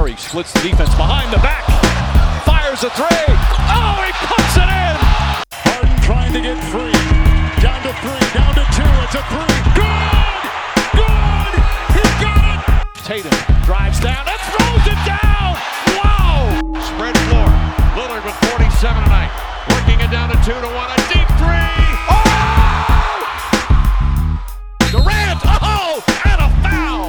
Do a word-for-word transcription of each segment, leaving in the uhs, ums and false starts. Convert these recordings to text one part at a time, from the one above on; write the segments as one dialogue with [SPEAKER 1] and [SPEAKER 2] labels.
[SPEAKER 1] Murray splits the defense behind the back. Fires a three. Oh, he puts it in.
[SPEAKER 2] Harden trying to get free. Down to three, down to two. It's a three. Good! Good! He got it!
[SPEAKER 1] Tatum drives down and throws it down. Wow! Spread floor. Lillard with forty-seven tonight. Working it down to two to one. A deep three. Oh! Durant. Oh! And a foul.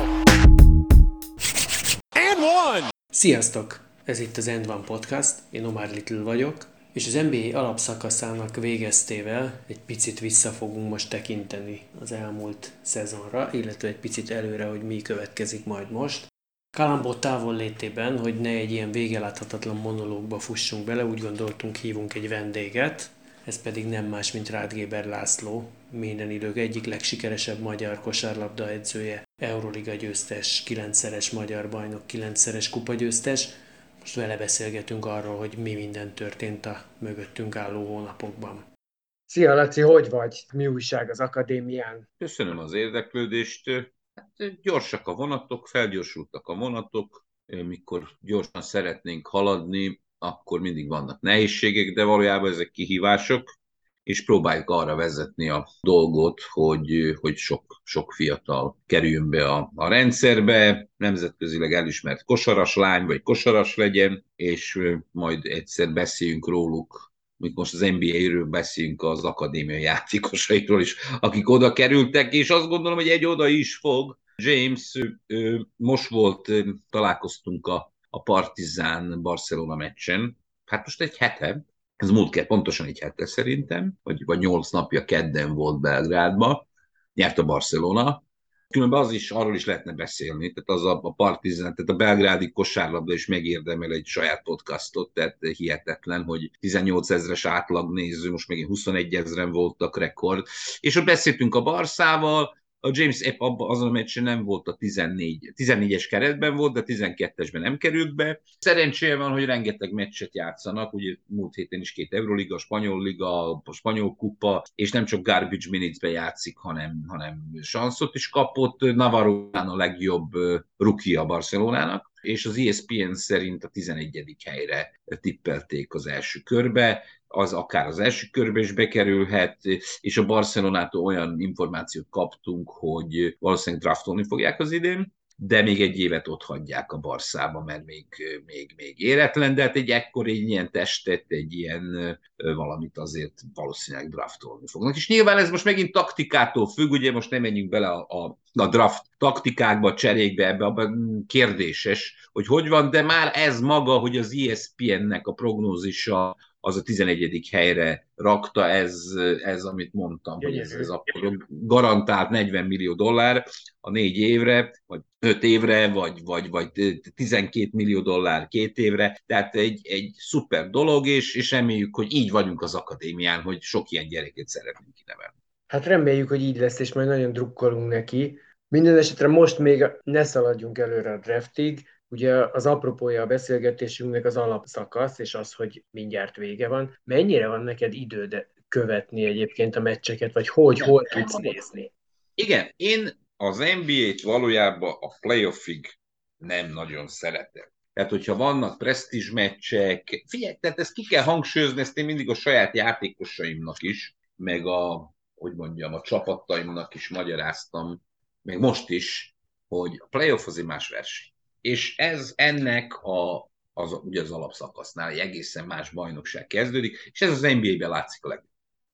[SPEAKER 1] And one.
[SPEAKER 3] Sziasztok! Ez itt az End One Podcast, én Omar Little vagyok, és az en bé á alapszakaszának végeztével egy picit vissza fogunk most tekinteni az elmúlt szezonra, illetve egy picit előre, hogy mi következik majd most. Kalambó távol létében, hogy ne egy ilyen végeláthatatlan monológba fussunk bele, úgy gondoltunk, hívunk egy vendéget, ez pedig nem más, mint Rádgéber László, minden idők egyik legsikeresebb magyar kosárlabda edzője, Euroliga győztes, kilencszeres magyar bajnok, kilencszeres kupagyőztes. Most vele beszélgetünk arról, hogy mi minden történt a mögöttünk álló hónapokban.
[SPEAKER 4] Szia Laci, hogy vagy? Mi újság az akadémián?
[SPEAKER 5] Köszönöm az érdeklődést. Hát, gyorsak a vonatok, felgyorsultak a vonatok. Mikor gyorsan szeretnénk haladni, akkor mindig vannak nehézségek, de valójában ezek kihívások, és próbáljuk arra vezetni a dolgot, hogy, hogy sok, sok fiatal kerüljön be a, a rendszerbe, nemzetközileg elismert kosaras lány, vagy kosaras legyen, és majd egyszer beszéljünk róluk, mint most az en bé á-ről beszélünk az akadémiai játékosairól is, akik oda kerültek, és azt gondolom, hogy egy oda is fog. James, most volt, találkoztunk a, a Partizán Barcelona meccsen, hát most egy hete, ez múlt kell, pontosan egy hete szerintem, vagy, vagy nyolc napja kedden volt Belgrádban, nyert a Barcelona. Különben az is, arról is lehetne beszélni, tehát az a, a Partizán, tehát a belgrádi kosárlabda is megérdemel egy saját podcastot, tehát hihetetlen, hogy tizennyolc ezres átlag néző, most megint huszonegy ezren voltak rekord. És ott beszéltünk a Barszával, a James Epp azon a meccsen nem volt a tizennégy, tizennégyes keretben volt, de tizenkettesben nem került be. Szerencséje van, hogy rengeteg meccset játszanak, ugye múlt héten is két Euroliga, Spanyol Liga, a Spanyol Kupa, és nem csak garbage minutes-be játszik, hanem, hanem sanszot is kapott. Navarro a legjobb rookie a Barcelonának, és az é es pé en szerint a tizenegyedik helyre tippelték az első körbe, az akár az első körbe is bekerülhet, és a Barcelonától olyan információt kaptunk, hogy valószínűleg draftolni fogják az idén, de még egy évet ott hagyják a Barszába, mert még, még, még éretlen, de hát egy ekkor egy ilyen testet, egy ilyen valamit azért valószínűleg draftolni fognak. És nyilván ez most megint taktikától függ, ugye most nem menjünk bele a, a, a draft taktikákba, a cserékbe, ebbe abban kérdéses, hogy hogy van, de már ez maga, hogy az é es pé en-nek a prognózisa az a tizenegyedik helyre rakta, ez, ez amit mondtam, hogy ez, ez akkor garantált negyven millió dollár a négy évre, vagy öt évre, vagy, vagy, vagy tizenkét millió dollár két évre, tehát egy, egy szuper dolog, és, és reméljük, hogy így vagyunk az akadémián, hogy sok ilyen gyereket szeretnénk kinevelni.
[SPEAKER 4] Hát reméljük, hogy így lesz, és majd nagyon drukkolunk neki. Minden esetre most még ne szaladjunk előre a draftig. Ugye az apropója a beszélgetésünknek az alapszakasz, és az, hogy mindjárt vége van. Mennyire van neked időd követni egyébként a meccseket, vagy hogy, igen, hol tudsz nézni?
[SPEAKER 5] Igen, én az en bé á-t valójában a playoffig nem nagyon szeretem. Tehát, hogyha vannak presztízs meccsek, figyelj, tehát ezt ki kell hangsúlyozni, ezt én mindig a saját játékosaimnak is, meg a, hogy mondjam, a csapataimnak is magyaráztam, meg most is, hogy a playoff az egy más verseny. És ez ennek a, az, ugye az alapszakasznál egy egészen más bajnokság kezdődik, és ez az en bé á-ben látszik a legjobb.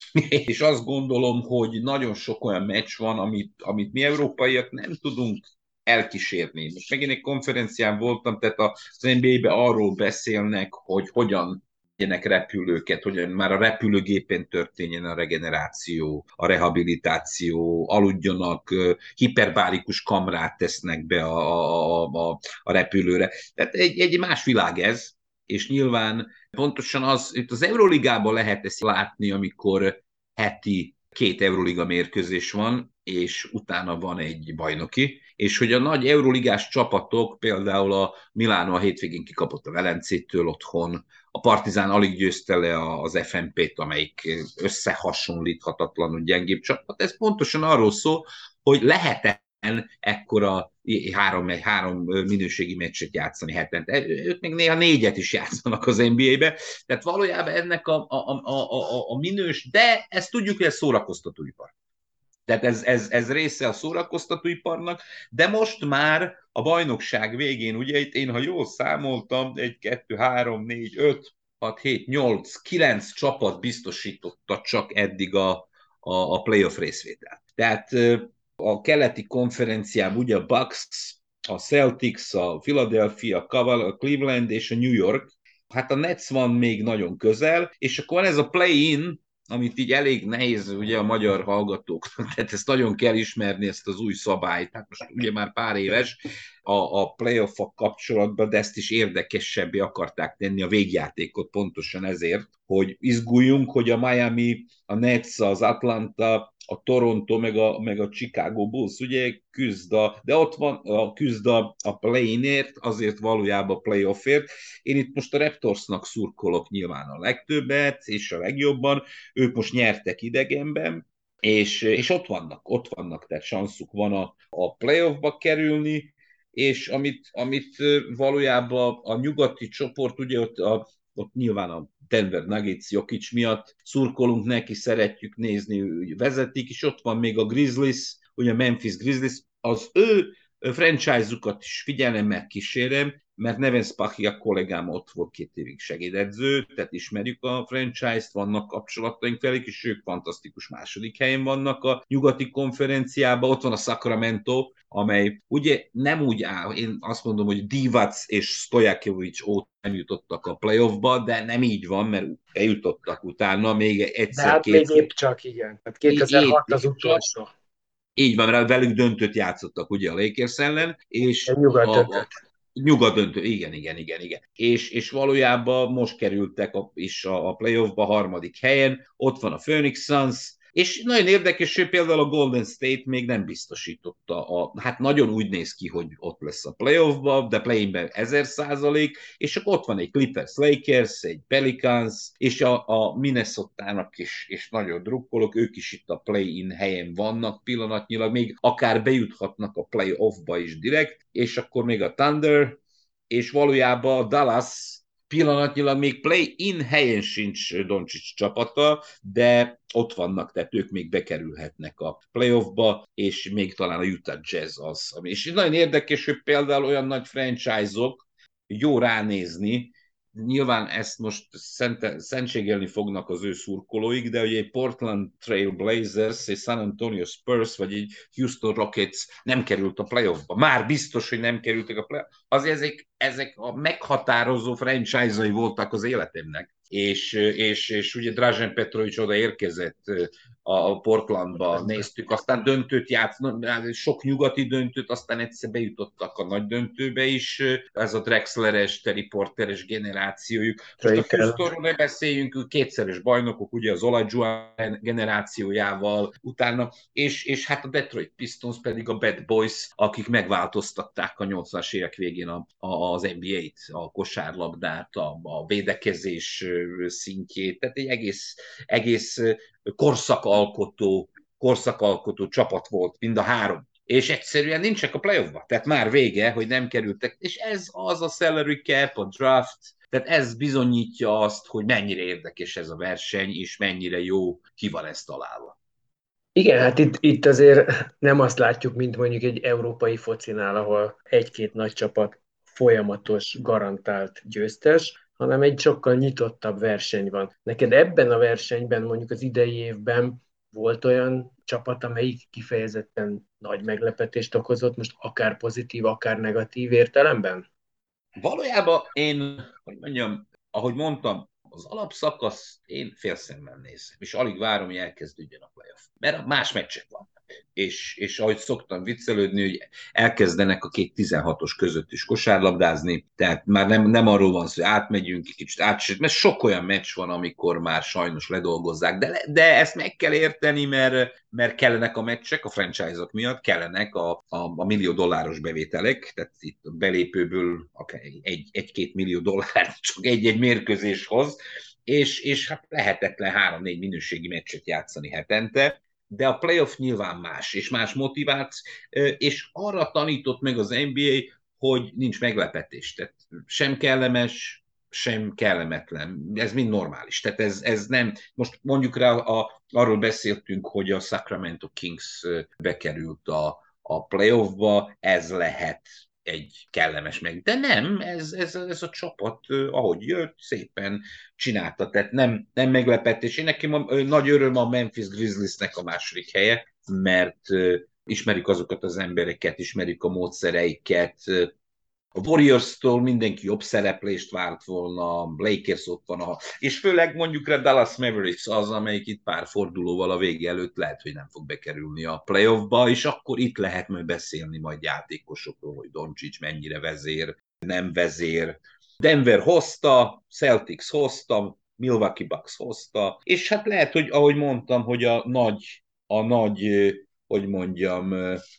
[SPEAKER 5] És azt gondolom, hogy nagyon sok olyan meccs van, amit, amit mi európaiak nem tudunk elkísérni. Most megint egy konferencián voltam, tehát az en bé á-ben arról beszélnek, hogy hogyan legyenek repülőket, hogyan már a repülőgépen történjen a regeneráció, a rehabilitáció, aludjanak, hiperbárikus kamrát tesznek be a, a, a, a repülőre. Tehát egy, egy más világ ez, és nyilván pontosan az, itt az Euroligában lehet ezt látni, amikor heti két Euroliga mérkőzés van, és utána van egy bajnoki, és hogy a nagy euroligás csapatok, például a Milánó a hétvégén kikapott a Velencétől otthon, a Partizán alig győzte le az ef em pét, amelyik összehasonlíthatatlanul gyengébb csapat. Ez pontosan arról szól, hogy lehet ekkora három, három minőségi meccset játszani hetente. Ők még néha négyet is játszanak az en bé á-be, tehát valójában ennek a, a, a, a, a minős, de ezt tudjuk, hogy ez szórakoztatóipar. Tehát ez, ez, ez része a szórakoztatóiparnak, de most már a bajnokság végén, ugye itt én, ha jól számoltam, egy, kettő, három, négy, öt, hat, hét, nyolc, kilenc csapat biztosította csak eddig a, a, a playoff részvételt. Tehát a keleti konferenciában ugye a Bucks, a Celtics, a Philadelphia, a Cleveland és a New York, hát a Nets van még nagyon közel, és akkor van ez a play-in, amit így elég nehéz ugye a magyar hallgatóknak, tehát ezt nagyon kell ismerni, ezt az új szabályt, hát most ugye már pár éves a, a playoff-ok kapcsolatban, de ezt is érdekesebbé akarták tenni a végjátékot pontosan ezért, hogy izguljunk, hogy a Miami, a Nets, az Atlanta, a Toronto, meg a, meg a Chicago Bulls, ugye küzd a, de ott van a küzd a, a play-inért, azért valójában a playoffért. Én itt most a Raptorsnak szurkolok nyilván a legtöbbet, és a legjobban, ők most nyertek idegenben, és, és ott vannak, ott vannak, tehát sanszuk van a, a playoffba kerülni, és amit, amit valójában a nyugati csoport, ugye ott, a, ott nyilván a Denver Nuggets Jokic miatt szurkolunk neki, szeretjük nézni, vezetik, és ott van még a Grizzlies, ugye a Memphis Grizzlies, az ő franchise-ukat is figyelemmel kísérem, mert Neven Spahi a kollégám ott volt két évig segédedző, tehát ismerjük a franchise-t, vannak kapcsolataink velük, és ők fantasztikus második helyen vannak a nyugati konferenciában, ott van a Sacramento, amely ugye nem úgy áll, én azt mondom, hogy Divac és Stojakovic óta nem jutottak a playoffba, de nem így van, mert eljutottak utána, még egyszer,
[SPEAKER 4] de hát
[SPEAKER 5] kétszer.
[SPEAKER 4] még épp csak, igen. Tehát kétezer-hat az utolsó.
[SPEAKER 5] Így van, mert velük döntőt játszottak ugye a Lakers ellen, és
[SPEAKER 4] a nyugat döntőt.
[SPEAKER 5] Nyugat döntő, igen, igen, igen, igen. És, és valójában most kerültek a, is a, a playoffba harmadik helyen, ott van a Phoenix Suns, és nagyon érdekes, hogy például a Golden State még nem biztosította, a, hát nagyon úgy néz ki, hogy ott lesz a playoffba, de play-inben ezer százalék, és akkor ott van egy Clippers Lakers, egy Pelicans, és a, a Minnesota-nak is, és nagyon drukkolok, ők is itt a play-in helyen vannak pillanatnyilag, még akár bejuthatnak a playoffba is direkt, és akkor még a Thunder, és valójában a Dallas pillanatnyilag még play-in helyen sincs Doncic csapata, de ott vannak, tehát ők még bekerülhetnek a playoffba, és még talán a Utah Jazz az. És nagyon érdekes, hogy például olyan nagy franchise-ok jó ránézni, nyilván ezt most szente, szentségelni fognak az ő szurkolóik, de ugye egy Portland Trail Blazers, egy San Antonio Spurs, vagy egy Houston Rockets nem került a playoffba. Már biztos, hogy nem kerültek a playoffba. Azért ezek, ezek a meghatározó franchise-ai voltak az életemnek. És, és, és ugye Dražen Petrović oda érkezett a Portlandba, néztük, aztán döntőt játszott, sok nyugati döntőt, aztán egyszer bejutottak a nagy döntőbe is, ez a Drexleres, Terry Porteres generációjuk. Most a Houstonról ne beszéljünk, kétszeres bajnokok, ugye az Olajuwon generációjával utána, és, és hát a Detroit Pistons pedig a Bad Boys, akik megváltoztatták a nyolcvanas évek végén a, a, az en bé á-t, a kosárlabdát, a, a védekezés szintjét, tehát egy egész, egész korszakalkotó, korszakalkotó csapat volt mind a három. És egyszerűen nincsek a playoffba. Tehát már vége, hogy nem kerültek. És ez az a salary cap, a draft, tehát ez bizonyítja azt, hogy mennyire érdekes ez a verseny, és mennyire jó ki van ezt találva.
[SPEAKER 4] Igen, hát itt, itt azért nem azt látjuk, mint mondjuk egy európai focinál, ahol egy-két nagy csapat folyamatos, garantált győztes, hanem egy sokkal nyitottabb verseny van. Neked ebben a versenyben, mondjuk az idei évben volt olyan csapat, amelyik kifejezetten nagy meglepetést okozott, most akár pozitív, akár negatív értelemben?
[SPEAKER 5] Valójában én, hogy mondjam, ahogy mondtam, az alapszakasz én félszemmel nézem, és alig várom, hogy elkezdődjön a playoff. Mert más meccsek vannak. És, és ahogy szoktam viccelődni, hogy elkezdenek a két tizenhatos között is kosárlabdázni, tehát már nem, nem arról van szó, hogy átmegyünk, kicsit átsőt, mert sok olyan meccs van, amikor már sajnos ledolgozzák, de, de ezt meg kell érteni, mert, mert kellenek a meccsek, a franchise-ok miatt kellenek a, a, a millió dolláros bevételek, tehát itt a belépőből akár egy, egy-két millió dollár csak egy-egy mérkőzés hoz, és, és hát lehetetlen három-négy minőségi meccset játszani hetente, de a playoff nyilván más, és más motivált, és arra tanított meg az en bé á, hogy nincs meglepetés. Tehát sem kellemes, sem kellemetlen. Ez mind normális. Tehát ez, ez nem, most mondjuk rá, a, arról beszéltünk, hogy a Sacramento Kings bekerült a, a playoffba, ez lehet egy kellemes meg. De nem, ez, ez, ez a csapat, ahogy jött, szépen csinálta. Tehát nem, nem meglepetés. Én nekem a, nagy öröm a Memphis Grizzliesnek a második helye, mert ismerik azokat az embereket, ismerik a módszereiket. A Warriors-tól mindenki jobb szereplést várt volna, a Lakers ott van, a... és főleg mondjuk a Dallas Mavericks az, amelyik itt pár fordulóval a vége előtt lehet, hogy nem fog bekerülni a playoffba, és akkor itt lehet majd beszélni majd játékosokról, hogy Doncic mennyire vezér, nem vezér. Denver hozta, Celtics hozta, Milwaukee Bucks hozta, és hát lehet, hogy ahogy mondtam, hogy a nagy, a nagy, hogy mondjam,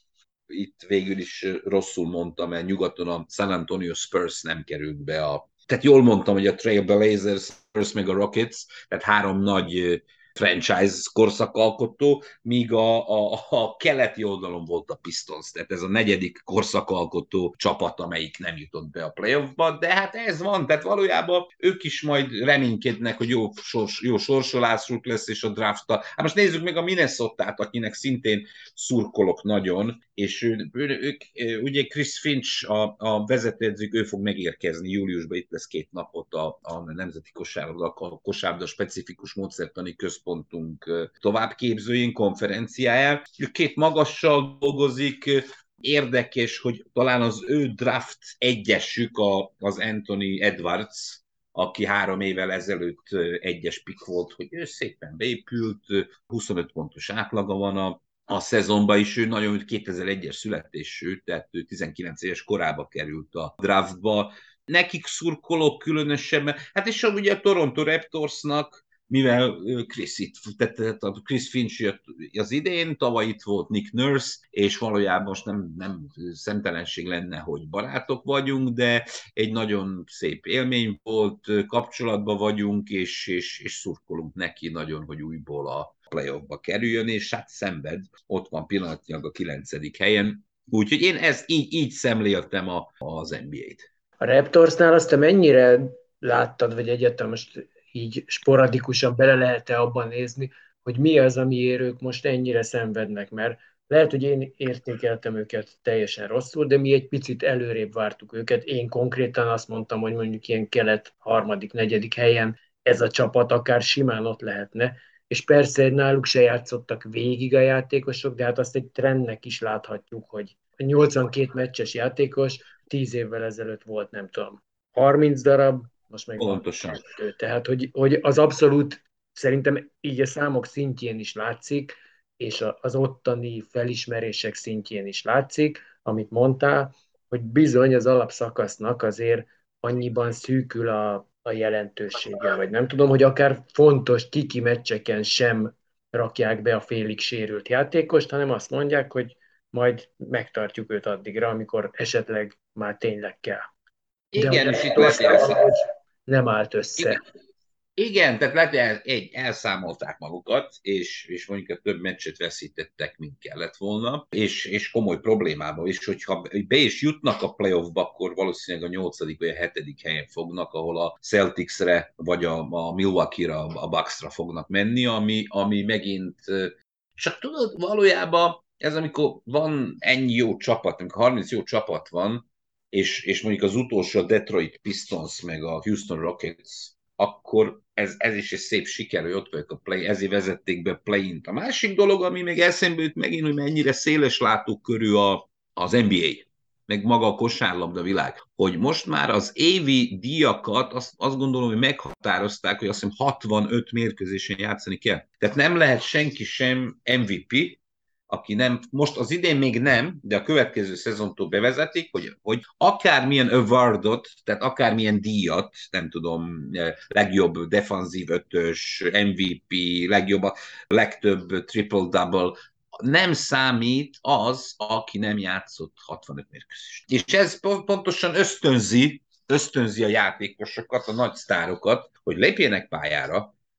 [SPEAKER 5] itt végül is rosszul mondtam, mert nyugaton a San Antonio Spurs nem került be a... Tehát jól mondtam, hogy a Trailblazers, Spurs meg a Rockets, tehát három nagy franchise korszakalkotó, míg a, a, a keleti oldalon volt a Pistons, tehát ez a negyedik korszakalkotó csapat, amelyik nem jutott be a playoffba, de hát ez van, tehát valójában ők is majd reménykednek, hogy jó, sors, jó sorsolásuk lesz, és a drafta. Hát most nézzük meg a Minnesotát, akinek szintén szurkolok nagyon, és ő, ő, ők, ugye Chris Finch, a, a vezetőedzők, ő fog megérkezni júliusban, itt lesz két napot a, a Nemzeti Kosárlabda, a kosárlabda specifikus módszertani központunk továbbképzőjén, konferenciáján. Két magassal dolgozik, érdekes, hogy talán az ő draft egyesük a, az Anthony Edwards, aki három évvel ezelőtt egyes pick volt, hogy ő szépen beépült, huszonöt pontos átlaga van a a szezonban is, ő nagyon kétezer-egyes születésű, tehát ő tizenkilenc éves korába került a draftba. Nekik szurkolók különösebben, hát és ugye a Toronto Raptorsnak, mivel Chris, itt, tehát a Chris Finch jött az idén, tavaly itt volt Nick Nurse, és valójában most nem, nem szemtelenség lenne, hogy barátok vagyunk, de egy nagyon szép élmény volt, kapcsolatban vagyunk, és, és, és szurkolunk neki nagyon, hogy újból a playoffba kerüljön, és hát szenved, ott van pillanatnyilag a kilencedik helyen, úgyhogy én ezt így, így szemléltem a, az en bé á-t.
[SPEAKER 4] A Raptorsnál azt te mennyire láttad, vagy egyáltalán most így sporadikusan bele lehet-e abban nézni, hogy mi az, amiért ők most ennyire szenvednek, mert lehet, hogy én értékeltem őket teljesen rosszul, de mi egy picit előrébb vártuk őket. Én konkrétan azt mondtam, hogy mondjuk ilyen kelet harmadik, negyedik helyen ez a csapat akár simán ott lehetne, és persze náluk se játszottak végig a játékosok, de hát azt egy trendnek is láthatjuk, hogy nyolcvankét meccses játékos tíz évvel ezelőtt volt, nem tudom, harminc darab, most meg
[SPEAKER 5] pontosan.
[SPEAKER 4] Van. Tehát, hogy, hogy az abszolút szerintem így a számok szintjén is látszik, és az ottani felismerések szintjén is látszik, amit mondtál, hogy bizony az alapszakasznak azért annyiban szűkül a, a jelentősége, vagy nem tudom, hogy akár fontos kiki meccseken sem rakják be a félig sérült játékost, hanem azt mondják, hogy majd megtartjuk őt addigra, amikor esetleg már tényleg kell.
[SPEAKER 5] Igen, és itt lesz
[SPEAKER 4] nem állt össze.
[SPEAKER 5] Igen. Igen, tehát lehet, el, egy, elszámolták magukat, és, és mondjuk a több meccset veszítettek, mint kellett volna, és, és komoly problémában is, hogyha be is jutnak a playoffba, akkor valószínűleg a nyolcadik vagy a hetedik helyen fognak, ahol a Celticsre, vagy a, a Milwaukee-ra, a Bucksra fognak menni, ami, ami megint, csak tudod, valójában ez amikor van ennyi jó csapat, amikor harminc jó csapat van, és, és mondjuk az utolsó a Detroit Pistons, meg a Houston Rockets, akkor ez, ez is egy szép siker, hogy ott vagyok a play, ezért vezették be play-int. A másik dolog, ami még eszembe jut megint, hogy mennyire széles látókörű a, az en bé á, meg maga a kosárlabda világ, hogy most már az évi díjakat azt, azt gondolom, hogy meghatározták, hogy azt hiszem hatvanöt mérkőzésen játszani kell. Tehát nem lehet senki sem em vé pé, aki nem, most az idén még nem, de a következő szezontól bevezetik, hogy, hogy akármilyen awardot, tehát akármilyen díjat, nem tudom, legjobb defenzív ötös, em vé pé, legjobb, legtöbb triple-double, nem számít az, aki nem játszott hatvanöt mérkőzést. És ez pontosan ösztönzi, ösztönzi a játékosokat, a nagy sztárokat, hogy lépjenek pályára,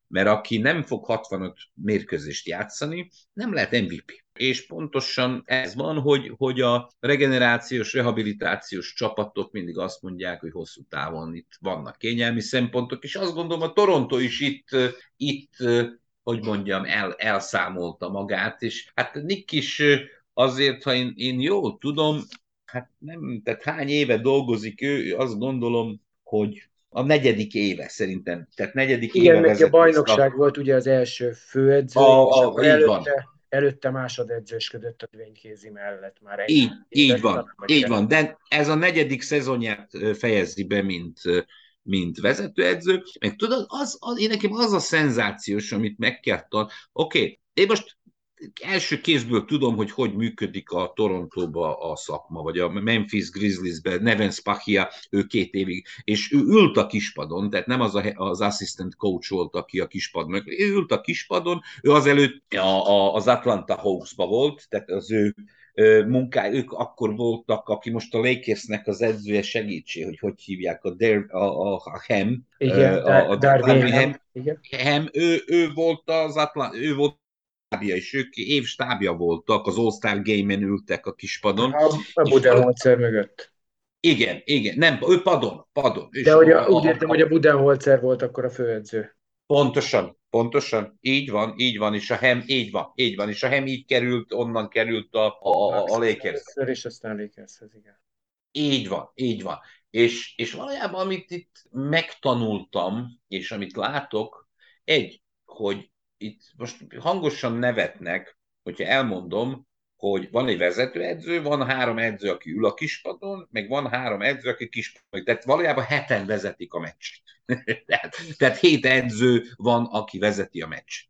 [SPEAKER 5] mert aki nem fog hatvanöt mérkőzést játszani, nem lehet em vé pé. És pontosan ez van, hogy, hogy a regenerációs, rehabilitációs csapatok mindig azt mondják, hogy hosszú távon itt vannak kényelmi szempontok, és azt gondolom a Toronto is itt, itt hogy mondjam, el, elszámolta magát, és hát Nick is azért, ha én, én jól tudom, hát nem, tehát hány éve dolgozik ő, azt gondolom, hogy a negyedik éve szerintem, tehát negyedik
[SPEAKER 4] Igen,
[SPEAKER 5] éve
[SPEAKER 4] neki a
[SPEAKER 5] vezeti
[SPEAKER 4] bajnokság
[SPEAKER 5] a...
[SPEAKER 4] volt ugye az első főedző,
[SPEAKER 5] A,
[SPEAKER 4] és
[SPEAKER 5] a,
[SPEAKER 4] akkor
[SPEAKER 5] így van.
[SPEAKER 4] előtte, előtte másodedzősködött a növénykézi mellett már egy
[SPEAKER 5] Így,
[SPEAKER 4] évet,
[SPEAKER 5] így van,
[SPEAKER 4] talán, vagy
[SPEAKER 5] így
[SPEAKER 4] kettő.
[SPEAKER 5] van, de ez a negyedik szezonját fejezi be, mint, mint vezetőedző. Meg tudod, az, az, én nekem az a szenzációs, amit meg kell tanulni. Oké, okay, én most első kézből tudom, hogy hogy működik a Torontóba a szakma, vagy a Memphis Grizzliesben, Neven Spachia, ő két évig, és ő ült a kispadon, tehát nem az a, az assistant coach volt, aki a kispadon, ő ült a kispadon, ő azelőtt a, a, az Atlanta Hawksba volt, tehát az ő munkáj, ők akkor voltak, aki most a Lakersnek az edzője, segítsé, hogy hogy hívják, a, Der, a, a, a Hem,
[SPEAKER 4] Igen,
[SPEAKER 5] a, a
[SPEAKER 4] Darvin
[SPEAKER 5] Darvin
[SPEAKER 4] Ham. Igen.
[SPEAKER 5] Ham, ő, ő volt az Atlanta, ő volt stábja, és ők évstábja voltak, az All-Star Game-en ültek a kispadon.
[SPEAKER 4] A, a Budenholzer mögött.
[SPEAKER 5] Igen, igen, nem, ő padon, padon.
[SPEAKER 4] De hogy a, úgy értem, hogy a Budenholzer volt akkor a főedző.
[SPEAKER 5] Pontosan, pontosan, így van, így van, és a Hem, így van, így van, és a Hem így került, onnan került a, a, a, a Lakers.
[SPEAKER 4] És aztán Lakershez, igen.
[SPEAKER 5] Így van, így van. És, és valójában, amit itt megtanultam, és amit látok, egy, hogy itt most hangosan nevetnek, hogyha elmondom, hogy van egy vezetőedző, van három edző, aki ül a kispadon, meg van három edző, aki kispadon. Tehát valójában heten vezetik a meccset. tehát, tehát hét edző van, aki vezeti a meccset.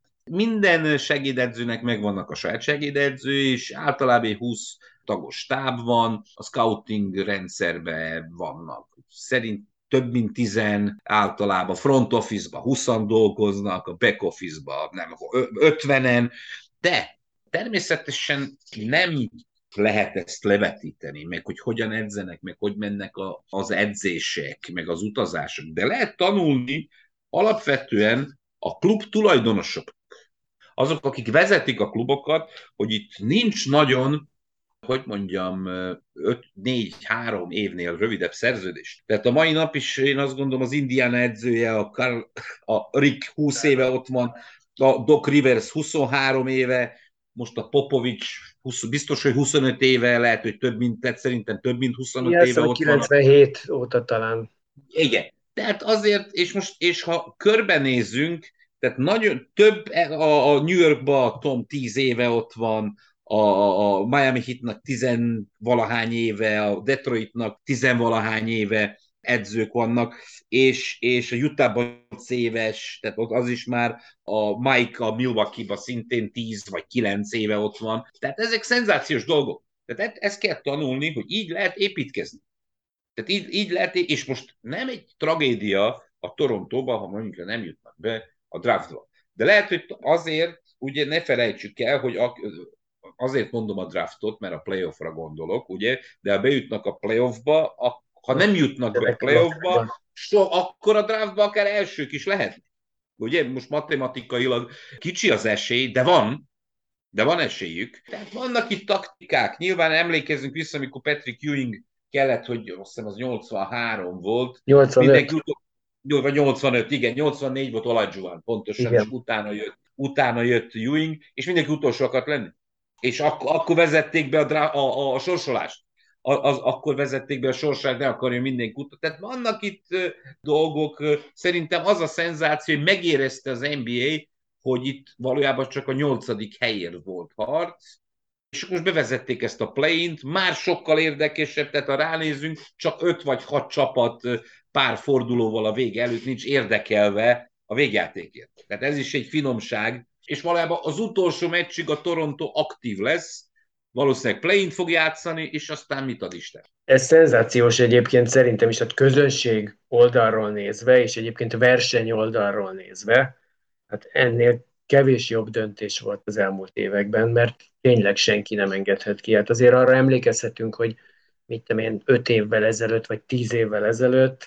[SPEAKER 5] Minden segédedzőnek megvannak a saját segédedző, és általában húsz tagos stáb van, a scouting rendszerben vannak. Szerint több mint tizen, általában front office-ba húszan dolgoznak, a back office-ba nem ötvenen, de természetesen nem lehet ezt levetíteni, meg hogy hogyan edzenek, meg hogy mennek a, az edzések, meg az utazások, de lehet tanulni alapvetően a klub tulajdonosok, azok, akik vezetik a klubokat, hogy itt nincs nagyon, hogy mondjam, öt négy három évnél rövidebb szerződés. Tehát a mai nap is én azt gondolom az Indiana edzője, a, Carl, a Rick húsz éve ott van, a Doc Rivers huszonhárom éve, most a Popovics húsz, biztos, hogy huszonöt éve, lehet, hogy több mint, tehát szerintem több mint huszonöt
[SPEAKER 4] Igen,
[SPEAKER 5] éve ott
[SPEAKER 4] kilencvenhét van. Óta talán.
[SPEAKER 5] Igen. Tehát azért, és most, és ha körbenézzünk, tehát nagyon több, a, a New Yorkban a Tom tíz éve ott van, a, a Miami Heatnak tizenvalahány éve, a Detroitnak tizenvalahány éve edzők vannak, és, és a Utahban nyolc éves, tehát ott az is már a Mike a Milwaukee-ban szintén tíz vagy kilenc éve ott van. Tehát ezek szenzációs dolgok. Tehát ezt kell tanulni, hogy így lehet építkezni. Tehát így, így lehet, és most nem egy tragédia a Torontóban, ha mondjuk nem jutnak be a draftba. De lehet, hogy azért, ugye ne felejtsük el, hogy a, azért mondom a draftot, mert a playoffra gondolok, ugye, de ha bejutnak a playoffba, a, ha nem jutnak be a playoffba, so, akkor a draftba akár elsők is lehetnek. Ugye, most matematikailag kicsi az esély, de van, de van esélyük. Tehát vannak itt taktikák. Nyilván emlékezzünk vissza, amikor Patrick Ewing kellett, hogy azt hiszem az nyolcvanhárom volt.
[SPEAKER 4] nyolcvanöt.
[SPEAKER 5] Vagy nyolcvanöt, igen, nyolcvannégy volt Olajuwon pontosan, igen. És utána jött, utána jött Ewing, és mindenki utolsó akart lenni. És ak- akkor vezették be a, drá- a, a, a sorsolást. A, az, akkor vezették be a sorsolást, ne akarja mindenki utána. Tehát vannak itt uh, dolgok, uh, szerintem az a szenzáció, hogy megérezte az en bé á, hogy itt valójában csak a nyolcadik helyért volt harc, és most bevezették ezt a play-int, már sokkal érdekesebb, tehát ha ránézünk, csak öt vagy hat csapat pár fordulóval a vége előtt nincs érdekelve a végjátékért. Tehát ez is egy finomság, és valójában az utolsó meccsig a Toronto aktív lesz, valószínűleg play-int fog játszani, és aztán mit ad Isten.
[SPEAKER 4] Ez szenzációs egyébként szerintem is, a közönség oldalról nézve, és egyébként verseny oldalról nézve, hát ennél kevés jobb döntés volt az elmúlt években, mert tényleg senki nem engedhet ki. Hát azért arra emlékezhetünk, hogy mit tudom én, öt évvel ezelőtt, vagy tíz évvel ezelőtt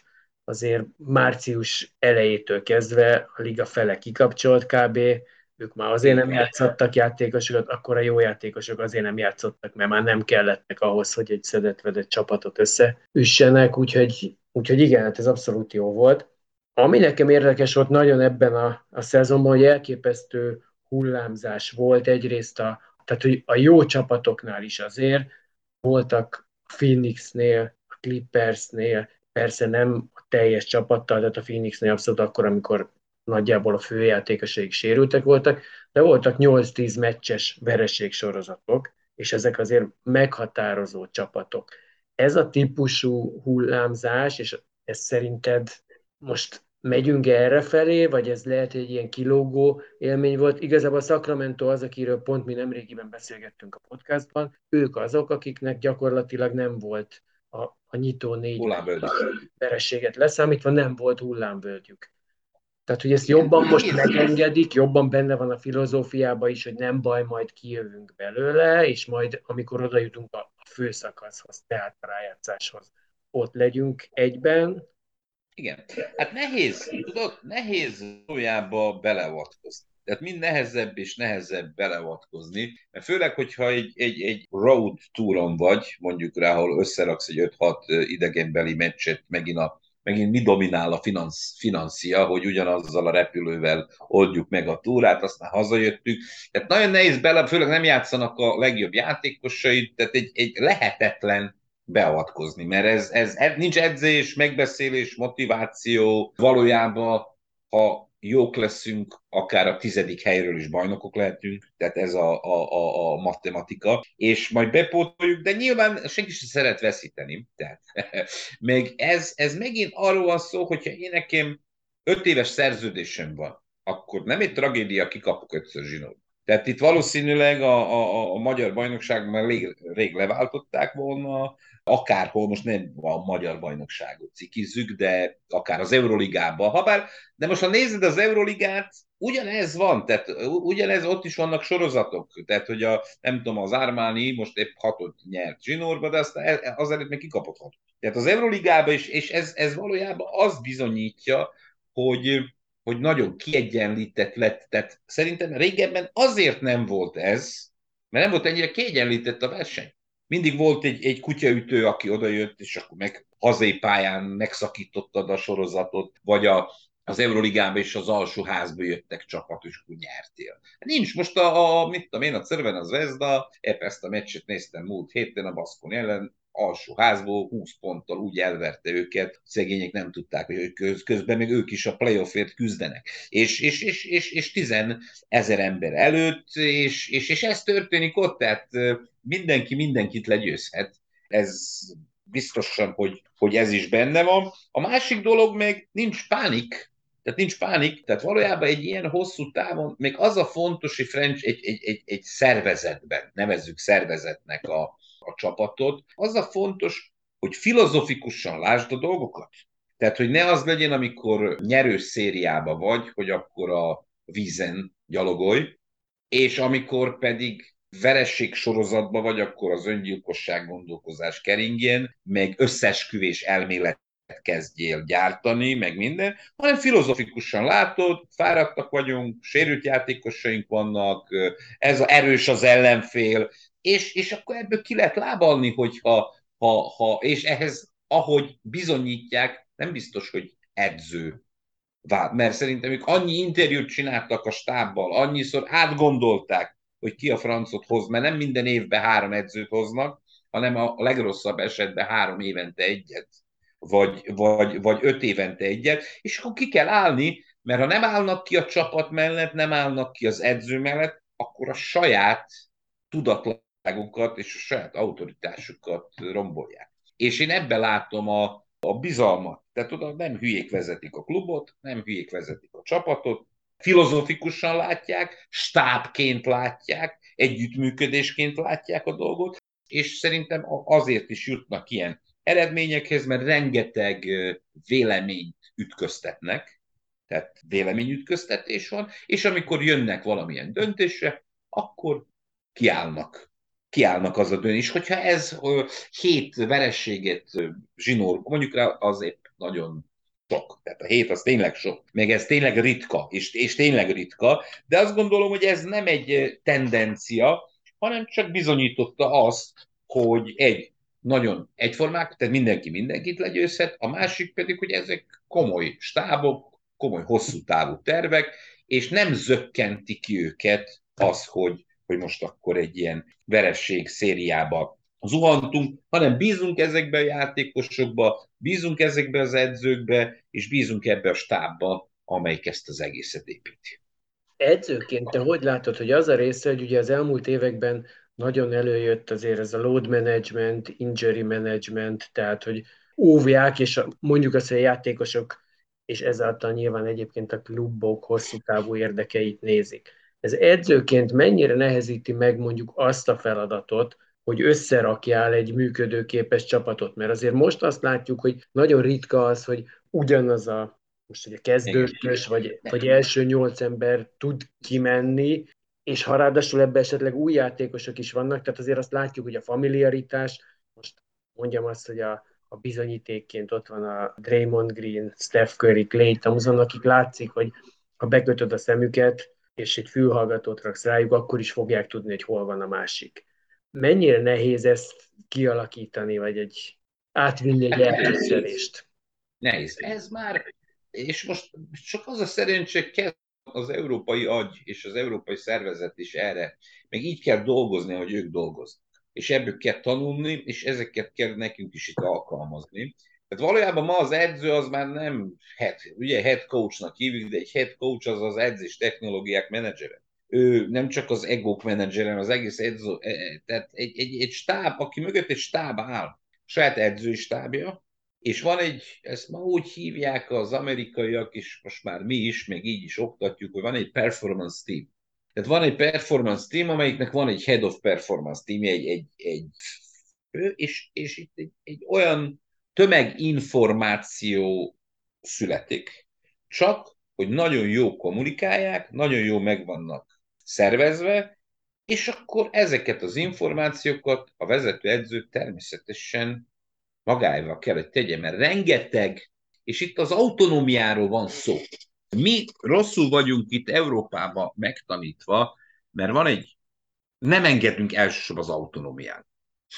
[SPEAKER 4] azért március elejétől kezdve a liga fele kikapcsolt kb. Ők már azért nem játszottak játékosokat, akkor a jó játékosok azért nem játszottak, mert már nem kellettek ahhoz, hogy egy szedett-vedett csapatot összeüssenek, úgyhogy, úgyhogy igen, hát ez abszolút jó volt. Ami nekem érdekes volt nagyon ebben a, a szezonban, hogy elképesztő hullámzás volt egyrészt a, tehát hogy a jó csapatoknál is azért voltak a Phoenixnél, a Clippersnél, persze nem a teljes csapattal, tehát a Phoenixnél abszolút akkor, amikor nagyjából a főjátékosaik sérültek voltak, de voltak nyolc-tíz meccses vereségsorozatok, és ezek azért meghatározó csapatok. Ez a típusú hullámzás, és ez szerinted most megyünk erre felé, vagy ez lehet egy ilyen kilógó élmény volt? Igazából a Sacramento az, akiről pont mi nemrégiben beszélgettünk a podcastban, ők azok, akiknek gyakorlatilag nem volt a, a nyitó négy vereséget leszámítva, nem volt hullámvölgyük. Tehát, hogy ezt jobban most megengedik, jobban benne van a filozófiában is, hogy nem baj, majd kijövünk belőle, és majd, amikor oda jutunk a főszakaszhoz, tehát a rájátszáshoz, ott legyünk egyben.
[SPEAKER 5] Igen. Hát nehéz, tudod, nehéz valójában beleavatkozni. Tehát mind nehezebb és nehezebb beleavatkozni, mert főleg, hogyha egy, egy, egy road touron vagy, mondjuk rá, ahol összeraksz egy öt-hat idegenbeli meccset, megint, a, megint mi dominál a finansz, financia, hogy ugyanazzal a repülővel oldjuk meg a túrát, aztán hazajöttük. Tehát nagyon nehéz bele, főleg nem játszanak a legjobb játékosait, tehát egy, egy lehetetlen beavatkozni, mert ez, ez, ez nincs edzés, megbeszélés, motiváció, valójában, ha jók leszünk, akár a tizedik helyről is bajnokok lehetünk, tehát ez a, a, a, a matematika, és majd bepótoljuk, de nyilván senki sem szeret veszíteni, tehát meg ez, ez megint arról van szó, hogyha én nekem öt éves szerződésem van, akkor nem egy tragédia, kikapok ötször zsinórba. Tehát itt valószínűleg a, a, a magyar bajnokságban rég, rég leváltották volna, akárhol, most nem a magyar bajnokságot cikizzük, de akár az Euroligában. Habár, de most ha nézed az Euroligát, ugyanez van, tehát ugyanez, ott is vannak sorozatok. Tehát, hogy a, nem tudom, az Armani most épp hatot nyert zsinórba, de aztán azelőtt meg kikapott hatot. Tehát az Euroligában is, és ez, ez valójában azt bizonyítja, hogy hogy nagyon kiegyenlített lett. Tehát szerintem régebben azért nem volt ez, mert nem volt ennyire kiegyenlített a verseny. Mindig volt egy, egy kutyaütő, aki odajött, és akkor meg hazai pályán megszakítottad a sorozatot, vagy a, az Euroligában is az alsóházba jöttek csapat, és akkor nyertél. Nincs most a, a mit tudom én, a Crvena Zvezda, épp ezt a meccset néztem múlt héten a Baskonia ellen, alsóházból húsz ponttal úgy elverte őket, szegények nem tudták, hogy köz, közben még ők is a playoffért küzdenek. És, és, és, és, és tizenezer ember előtt, és, és, és ez történik ott, tehát mindenki mindenkit legyőzhet. Ez biztosan, hogy, hogy ez is benne van. A másik dolog meg nincs pánik, tehát nincs pánik, tehát valójában egy ilyen hosszú távon, még az a fontos, hogy French egy, egy, egy, egy szervezetben, nevezzük szervezetnek a, a csapatot, az a fontos, hogy filozofikusan lásd a dolgokat. Tehát, hogy ne az legyen, amikor nyerős szériába vagy, hogy akkor a vízen gyalogolj, és amikor pedig veresség sorozatban vagy, akkor az öngyilkosság gondolkozás keringjen, meg összeesküvés elmélet kezdjél gyártani, meg minden, hanem filozofikusan látod, fáradtak vagyunk, sérült játékosaink vannak, ez a erős az ellenfél, és, és akkor ebből ki lehet lábalni, hogyha, ha, ha, és ehhez, ahogy bizonyítják, nem biztos, hogy edző. Mert szerintem ők annyi interjút csináltak a stábbal, annyiszor átgondolták, hogy ki a francot hoz, mert nem minden évben három edzőt hoznak, hanem a legrosszabb esetben három évente egyet, vagy, vagy, vagy öt évente egyet, és akkor ki kell állni, mert ha nem állnak ki a csapat mellett, nem állnak ki az edző mellett, akkor a saját tudatlanságukat és a saját autoritásukat rombolják. És én ebben látom a, a bizalmat. Tehát oda nem hülyék vezetik a klubot, nem hülyék vezetik a csapatot, filozofikusan látják, stábként látják, együttműködésként látják a dolgot, és szerintem azért is jutnak ilyen eredményekhez, mert rengeteg véleményt ütköztetnek, tehát véleményütköztetés van, és amikor jönnek valamilyen döntésre, akkor kiállnak. Kiállnak az a döntés. Hogyha ez hét verességet zsinór, mondjuk rá az épp nagyon sok. Tehát a hét az tényleg sok. Meg ez tényleg ritka, és, és tényleg ritka. De azt gondolom, hogy ez nem egy tendencia, hanem csak bizonyította azt, hogy egy, nagyon egyformák, tehát mindenki mindenkit legyőzhet, a másik pedig, hogy ezek komoly stábok, komoly hosszú távú tervek, és nem zökkenti ki őket az, hogy, hogy most akkor egy ilyen veresség szériába zuhantunk, hanem bízunk ezekbe a játékosokba, bízunk ezekbe az edzőkbe, és bízunk ebbe a stábba, amelyik ezt az egészet építi.
[SPEAKER 4] Edzőként te hogy látod, hogy az a része, hogy ugye az elmúlt években nagyon előjött azért ez a load management, injury management, tehát hogy óvják, és a, mondjuk azt, hogy a játékosok, és ezáltal nyilván egyébként a klubok hosszú távú érdekeit nézik. Ez edzőként mennyire nehezíti meg mondjuk azt a feladatot, hogy összerakjál egy működőképes csapatot? Mert azért most azt látjuk, hogy nagyon ritka az, hogy ugyanaz a most, hogy a kezdős, vagy, vagy első nyolc ember tud kimenni, és ha ráadásul ebben esetleg új játékosok is vannak, tehát azért azt látjuk, hogy a familiaritás, most mondjam azt, hogy a, a bizonyítékként ott van a Draymond Green, Steph Curry, Klay Thompson, akik látszik, hogy ha bekötöd a szemüket, és egy fülhallgatót raksz rájuk, akkor is fogják tudni, hogy hol van a másik. Mennyire nehéz ezt kialakítani, vagy egy átvinni egy elképzelést?
[SPEAKER 5] Nehéz. Ez már, és most csak az a szerencsé kell az európai agy és az európai szervezet is erre, meg így kell dolgozni, ahogy ők dolgoznak. És ebből kell tanulni, és ezeket kell nekünk is itt alkalmazni. Tehát valójában ma az edző az már nem head, ugye head coachnak hívjuk, de egy head coach az az edzés technológiák menedzsere. Ő nem csak az egók menedzsere, hanem az egész edző, tehát egy, egy, egy stáb, aki mögött egy stáb áll, saját edzői stábja, és van egy, ezt ma úgy hívják az amerikaiak, és most már mi is, még így is oktatjuk, hogy van egy performance team. Tehát van egy performance team, amelyiknek van egy head of performance team, egy, egy, egy és, és itt egy, egy olyan tömeginformáció születik. Csak, hogy nagyon jó kommunikálják, nagyon jó megvannak szervezve, és akkor ezeket az információkat a vezető edző természetesen magáéval kell, hogy tegye, mert rengeteg, és itt az autonómiáról van szó. Mi rosszul vagyunk itt Európában megtanítva, mert van egy, nem engedünk elsősorban az autonómián.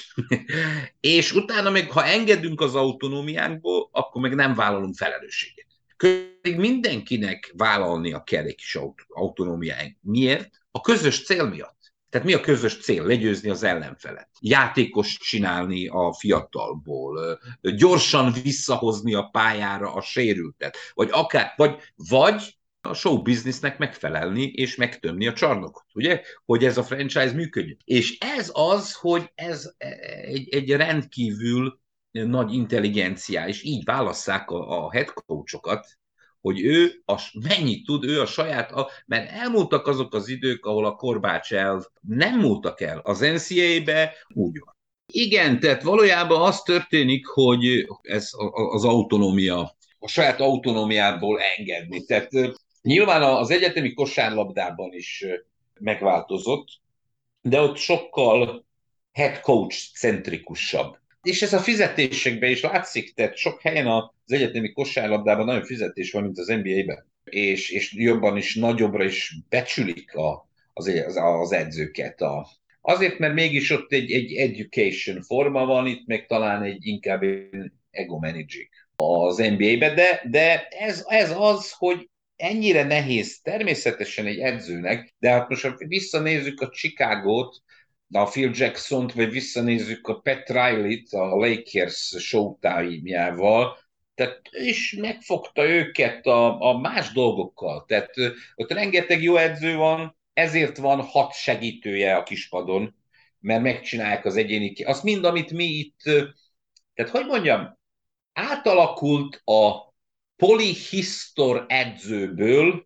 [SPEAKER 5] És utána meg, ha engedünk az autonómiánkból, akkor meg nem vállalunk felelősséget. Pedig mindenkinek vállalnia kell egy kis autonómiánk. Miért? A közös cél miatt. Tehát mi a közös cél? Legyőzni az ellenfelet. Játékos csinálni a fiatalból. Gyorsan visszahozni a pályára a sérültet. Vagy akár, vagy, vagy a show businessnek megfelelni és megtömni a csarnokot, ugye? Hogy ez a franchise működjön. És ez az, hogy ez egy, egy rendkívül nagy intelligenciá, és így válasszák a, a head coachokat, hogy ő a, mennyit tud, ő a saját, a, mert elmúltak azok az idők, ahol a korbács elv nem múltak el. Az en cé á á-be úgy van. Igen, tehát valójában az történik, hogy ez az autonómia, a saját autonómiából engedni. Tehát nyilván az egyetemi kosárlabdában is megváltozott, de ott sokkal head coach centrikusabb. És ez a fizetésekben is látszik, tehát sok helyen az egyetemi kosárlabdában nagyon fizetés van, mint az en bé á-ben. És, és jobban is, nagyobbra is becsülik a, az, az, az edzőket. A, azért, mert mégis ott egy, egy education forma van, itt meg talán egy inkább ego managing az en bé á-ben, de, de ez, ez az, hogy ennyire nehéz természetesen egy edzőnek, de hát most ha visszanézzük a Chicagót, a Phil Jackson-t, vagy visszanézzük a Pat Riley-t a Lakers showtime-jával, tehát és megfogta őket a, a más dolgokkal. Tehát ott rengeteg jó edző van, ezért van hat segítője a kispadon, mert megcsinálják az egyéni... Azt mind, amit mi itt... Tehát hogy mondjam, átalakult a polyhistor edzőből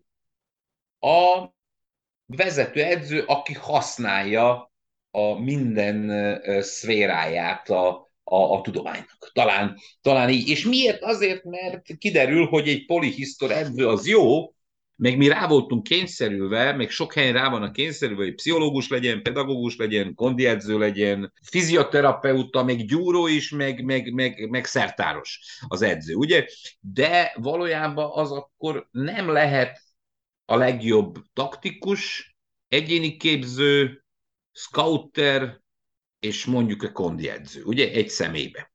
[SPEAKER 5] a vezető edző, aki használja a minden uh, szféráját a, a, a tudománynak. Talán, talán így. És miért? Azért, mert kiderül, hogy egy polyhistor edző az jó, meg mi rá voltunk kényszerülve, meg sok helyen rá vannak kényszerülve, hogy pszichológus legyen, pedagógus legyen, kondiedző legyen, fizioterapeuta, meg gyúró is, meg, meg, meg, meg szertáros az edző, ugye? De valójában az akkor nem lehet a legjobb taktikus, egyéni képző, scouter, és mondjuk a kondiedző, ugye? Egy személybe.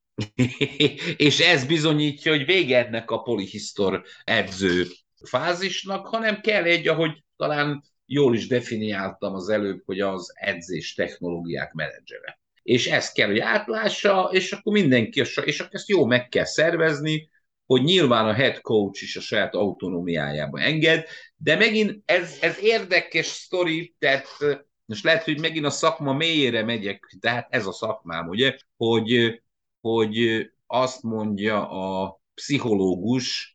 [SPEAKER 5] És ez bizonyítja, hogy vége ennek a polihisztor edző fázisnak, hanem kell egy, ahogy talán jól is definiáltam az előbb, hogy az edzés technológiák menedzsere. És ezt kell, hogy átlássa, és akkor mindenki, és akkor ezt jó meg kell szervezni, hogy nyilván a head coach is a saját autonómiájába enged, de megint ez, ez érdekes sztori, tehát most lehet, hogy megint a szakma mélyére megyek, tehát ez a szakmám, ugye, hogy, hogy azt mondja a pszichológus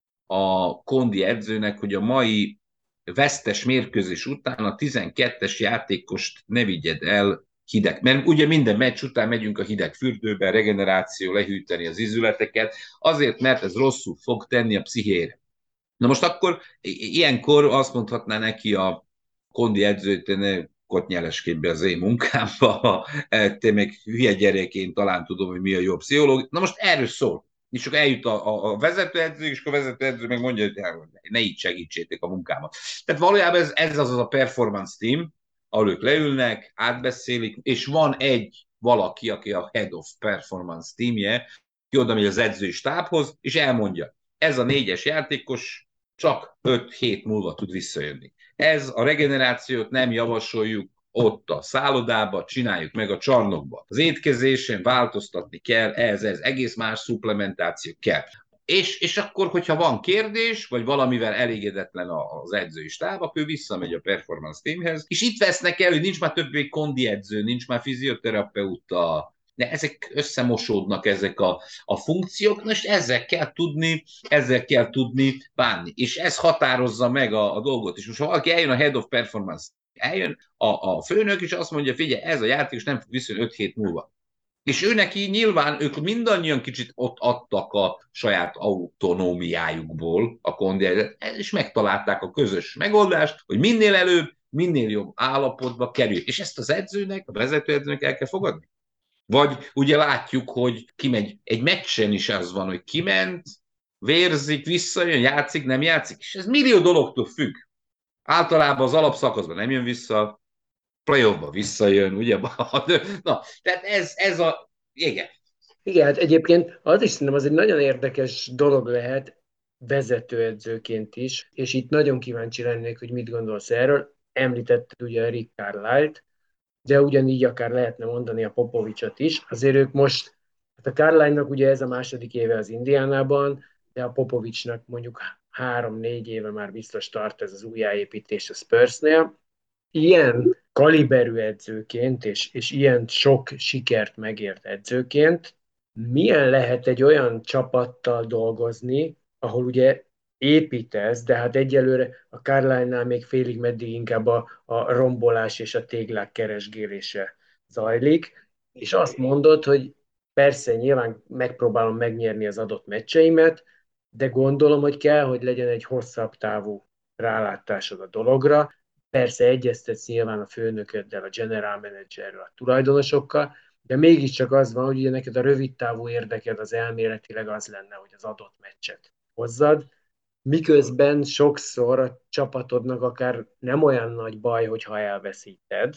[SPEAKER 5] a kondi edzőnek, hogy a mai vesztes mérkőzés után a tizenkettes játékost ne vigyed el hideg. Mert ugye minden meccs után megyünk a hideg fürdőbe, regeneráció, lehűteni az izületeket, azért, mert ez rosszul fog tenni a pszichére. Na most akkor ilyenkor azt mondhatná neki a kondi edző, te ne kotnyeleskedj be az én munkámba, te meg hülye gyerekén talán tudom, hogy mi a jó pszichológia. Na most erről szól. És akkor eljut a, a, a vezetőedző, és akkor a vezetőedző meg mondja, hogy ne így segítsétek a munkámat. Tehát valójában ez, ez az, az a performance team, ahol ők leülnek, átbeszélik, és van egy valaki, aki a head of performance teamje, ki oda megy az edzői stábhoz, és elmondja, ez a négyes játékos csak öt hét múlva tud visszajönni. Ez a regenerációt nem javasoljuk ott a szállodába, csináljuk meg a csarnokba. Az étkezésen változtatni kell, ez, ez egész más szuplementáció kell. És, és akkor, hogyha van kérdés, vagy valamivel elégedetlen az edzői stáb, akkor ő visszamegy a performance teamhez, és itt vesznek el, hogy nincs már többé kondi edző, nincs már fizioterapeuta, de ezek összemosódnak, ezek a, a funkciók, és ezzel kell tudni, ezzel kell tudni bánni. És ez határozza meg a, a dolgot. És most ha valaki eljön a head of performance, eljön a, a főnök, és azt mondja, figyelj, ez a játékos nem fog visszajönni öt hét múlva. És ő neki nyilván, ők mindannyian kicsit ott adtak a saját autonómiájukból a kondiáját, és megtalálták a közös megoldást, hogy minél előbb, minél jobb állapotba kerül. És ezt az edzőnek, a vezetőedzőnek el kell fogadni. Vagy ugye látjuk, hogy kimegy, egy meccsen is az van, hogy kiment, vérzik, visszajön, játszik, nem játszik, és ez millió dologtól függ. Általában az alapszakaszban nem jön vissza, playoffba visszajön, ugye? Na, tehát ez, ez a... Igen.
[SPEAKER 4] Igen, hát egyébként az is szerintem az egy nagyon érdekes dolog lehet vezetőedzőként is, és itt nagyon kíváncsi lennék, hogy mit gondolsz erről. Említetted ugye a Rick Carlisle-t, de ugyanígy akár lehetne mondani a Popovicsot is. Azért ők most, hát a Carlisle-nak ugye ez a második éve az Indiánában, de a Popovicsnak mondjuk három-négy éve már biztos tart ez az újjáépítés a Spursnél. Ilyen kaliberű edzőként, és, és ilyen sok sikert megért edzőként, milyen lehet egy olyan csapattal dolgozni, ahol ugye építesz, de hát egyelőre a Carlisle-nál még félig meddig inkább a, a rombolás és a téglák keresgélése zajlik, és azt mondod, hogy persze nyilván megpróbálom megnyerni az adott meccseimet, de gondolom, hogy kell, hogy legyen egy hosszabb távú rálátásod a dologra. Persze egyeztetsz nyilván a főnököddel, a general managerrel, a tulajdonosokkal, de mégiscsak az van, hogy ugye neked a rövid távú érdeked az elméletileg az lenne, hogy az adott meccset hozzad, miközben sokszor a csapatodnak akár nem olyan nagy baj, hogyha elveszíted,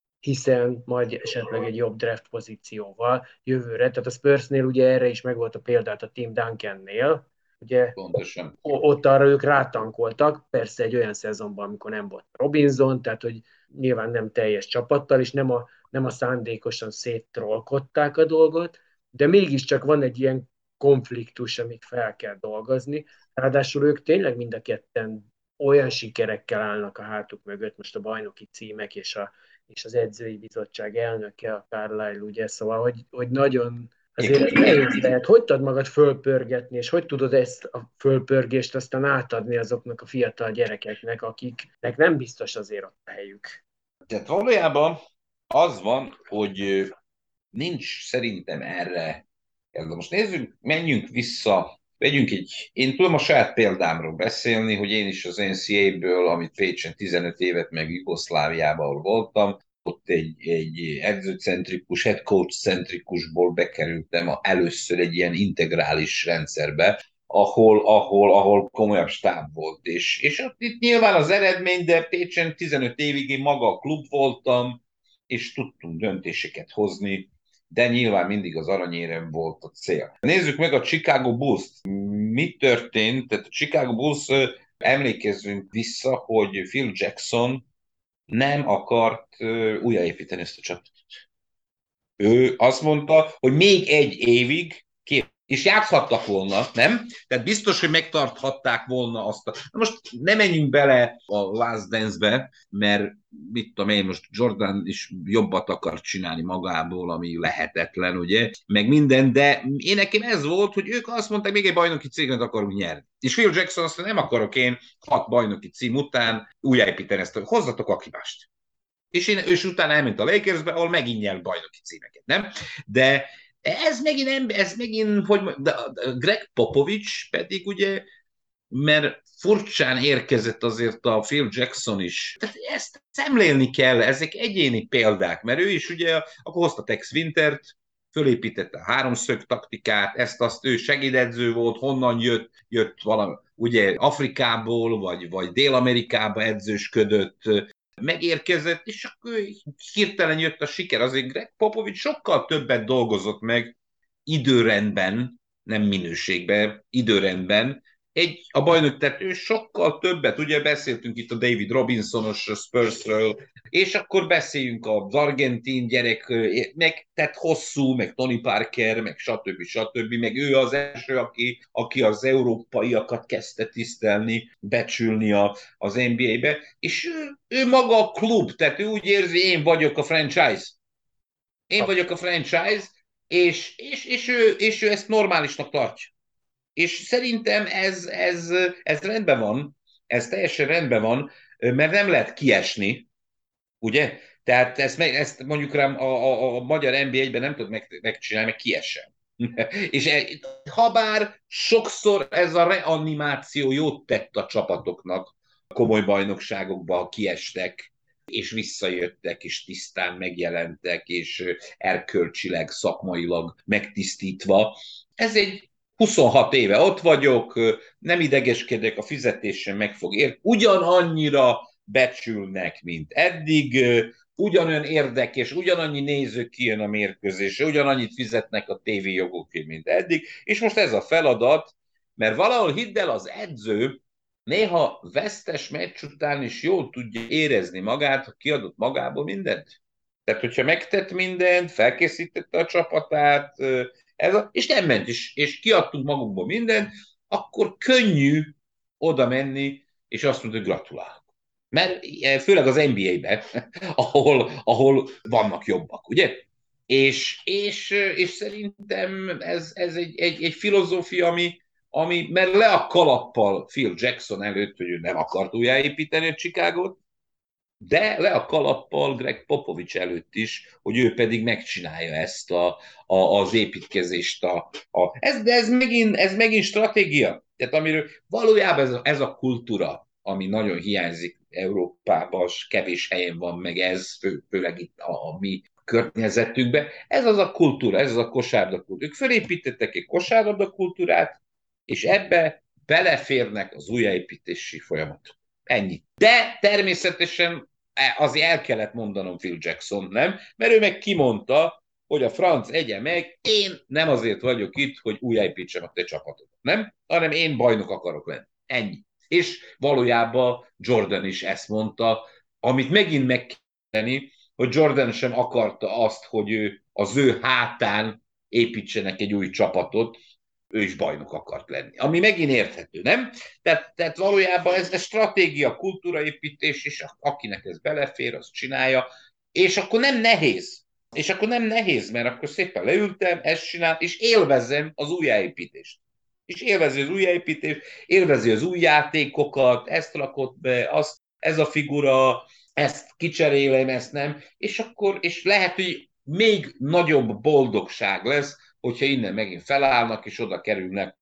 [SPEAKER 4] hiszen majd esetleg egy jobb draft pozícióval jövőre. Tehát a Spursnél ugye erre is megvolt a példát a Tim Duncannél, ugye
[SPEAKER 5] Pontosan.
[SPEAKER 4] Ott arra ők rátankoltak, persze egy olyan szezonban, amikor nem volt Robinson, tehát hogy nyilván nem teljes csapattal, és nem a, nem a szándékosan széttrollkodták a dolgot, de mégiscsak van egy ilyen konfliktus, amit fel kell dolgozni. Ráadásul ők tényleg mind a ketten olyan sikerekkel állnak a hátuk mögött, most a bajnoki címek és, a, és az edzői bizottság elnöke, a Carlisle, ugye, szóval, hogy, hogy nagyon azért ez nehéz lehet. Hogy tudod magad fölpörgetni, és hogy tudod ezt a fölpörgést aztán átadni azoknak a fiatal gyerekeknek, akiknek nem biztos azért ott a helyük?
[SPEAKER 5] Tehát valójában az van, hogy nincs szerintem erre. De most nézzük, menjünk vissza Vegyünk egy, én tudom a saját példámról beszélni, hogy én is az en cé á á-ből, amit Pécsen tizenöt évet, meg Jugoszláviában, ahol voltam, ott egy, egy edzőcentrikus, head coach-centrikusból bekerültem a, először egy ilyen integrális rendszerbe, ahol, ahol, ahol komolyabb stáb volt. És, és ott itt nyilván az eredmény, de Pécsen tizenöt évig én maga a klub voltam, és tudtunk döntéseket hozni, de nyilván mindig az aranyérem volt a cél. Nézzük meg a Chicago Bulls-t. Mi történt? Tehát a Chicago Bulls, emlékezzünk vissza, hogy Phil Jackson nem akart újjáépíteni ezt a csapatot. Ő azt mondta, hogy még egy évig kép, és játszhattak volna, nem? Tehát biztos, hogy megtarthatták volna azt a... Na most nem menjünk bele a Last Dance-be, mert mit tudom én, most Jordan is jobbat akar csinálni magából, ami lehetetlen, ugye? Meg minden, de én nekem ez volt, hogy ők azt mondták, még egy bajnoki címet akarunk nyerni. És Phil Jackson azt mondta, nem akarok én hat bajnoki cím után újjáépíteni ezt, hozzatok a kívást. És, én, és utána elment a Lakersbe, ahol megint nyert bajnoki címeket, nem? De ez megint, ez megint hogy de Greg Popovich pedig ugye, mert furcsán érkezett azért a Phil Jackson is. Tehát ezt szemlélni kell, ezek egyéni példák, mert ő is ugye, akkor hozta Tex Wintert, fölépítette a háromszög taktikát, ezt azt ő segédedző volt, honnan jött, jött valami, ugye Afrikából, vagy, vagy Dél-Amerikába edzősködött, megérkezett, és akkor hirtelen jött a siker. Azért Greg Popovich sokkal többet dolgozott meg időrendben, nem minőségben, időrendben. Egy, a bajnok, tehát ő sokkal többet, ugye beszéltünk itt a David Robinsonos Spursről, és akkor beszéljünk az argentin gyerek, meg tehát hosszú, meg Tony Parker, meg stb. stb. Meg ő az első, aki, aki az európaiakat kezdte tisztelni, becsülni a, az en bé á-be, és ő, ő maga a klub, tehát ő úgy érzi, én vagyok a franchise. Én vagyok a franchise, és, és, és, ő, és ő ezt normálisnak tartja. És szerintem ez, ez, ez rendben van, ez teljesen rendben van, mert nem lehet kiesni, ugye? Tehát ezt, ezt mondjuk rám a, a, a magyar en bé á-ben nem tud meg, megcsinálni, meg kiessen. És habár sokszor ez a reanimáció jót tett a csapatoknak, komoly bajnokságokba kiestek, és visszajöttek, és tisztán megjelentek, és erkölcsileg, szakmailag megtisztítva. Ez egy huszonhat éve ott vagyok, nem idegeskedek, a fizetésem meg fog érni. Ugyanannyira becsülnek, mint eddig, ugyanolyan érdekes, ugyanannyi néző kijön a mérkőzésre, ugyanannyit fizetnek a tévéjogokért, mint eddig, és most ez a feladat, mert valahol hidd el, az edző néha vesztes meccs után is jól tudja érezni magát, ha kiadott magából mindent. Tehát, hogyha megtett mindent, felkészítette a csapatát, ez a, és nem ment is, és kiadtunk magunkból mindent, akkor könnyű oda menni, és azt mondod, hogy gratulálok. Mert főleg az en bé á-ben, ahol, ahol vannak jobbak, ugye? És, és, és szerintem ez, ez egy, egy, egy filozófia, ami, ami, mert le a kalappal Phil Jackson előtt, hogy ő nem akart újjáépíteni a Chicagót, de le a kalappal Greg Popovich előtt is, hogy ő pedig megcsinálja ezt a, a, az építkezést. A, a, ez, de ez megint, ez megint stratégia. Tehát amiről valójában ez a, ez a kultúra, ami nagyon hiányzik Európában, és kevés helyen van meg ez, fő, főleg itt a, a mi környezetünkben. Ez az a kultúra, ez az a kosárlabda kultúra. Ők felépítettek egy kosárlabda kultúrát, és ebbe beleférnek az újjáépítési folyamatok. Ennyi. De természetesen azért el kellett mondanom Phil Jackson, nem? Mert ő meg kimondta, hogy a franc egye meg, én nem azért vagyok itt, hogy újjáépítsem a te csapatodat, nem? Hanem én bajnok akarok lenni. Ennyi. És valójában Jordan is ezt mondta, amit megint meg kell tenni, hogy Jordan sem akarta azt, hogy ő az ő hátán építsenek egy új csapatot, ő is bajnok akart lenni. Ami megint érthető, nem? Tehát, tehát valójában ez, ez stratégia, kultúraépítés, és akinek ez belefér, az csinálja, és akkor nem nehéz. És akkor nem nehéz, mert akkor szépen leültem, ezt csinál, és élvezem az újjáépítést. És élvezi az újjáépítést, élvezi az új játékokat, ezt rakott be, azt, ez a figura, ezt kicserélem, ezt nem, és akkor, és lehet, hogy még nagyobb boldogság lesz, hogyha innen megint felállnak, és oda kerülnek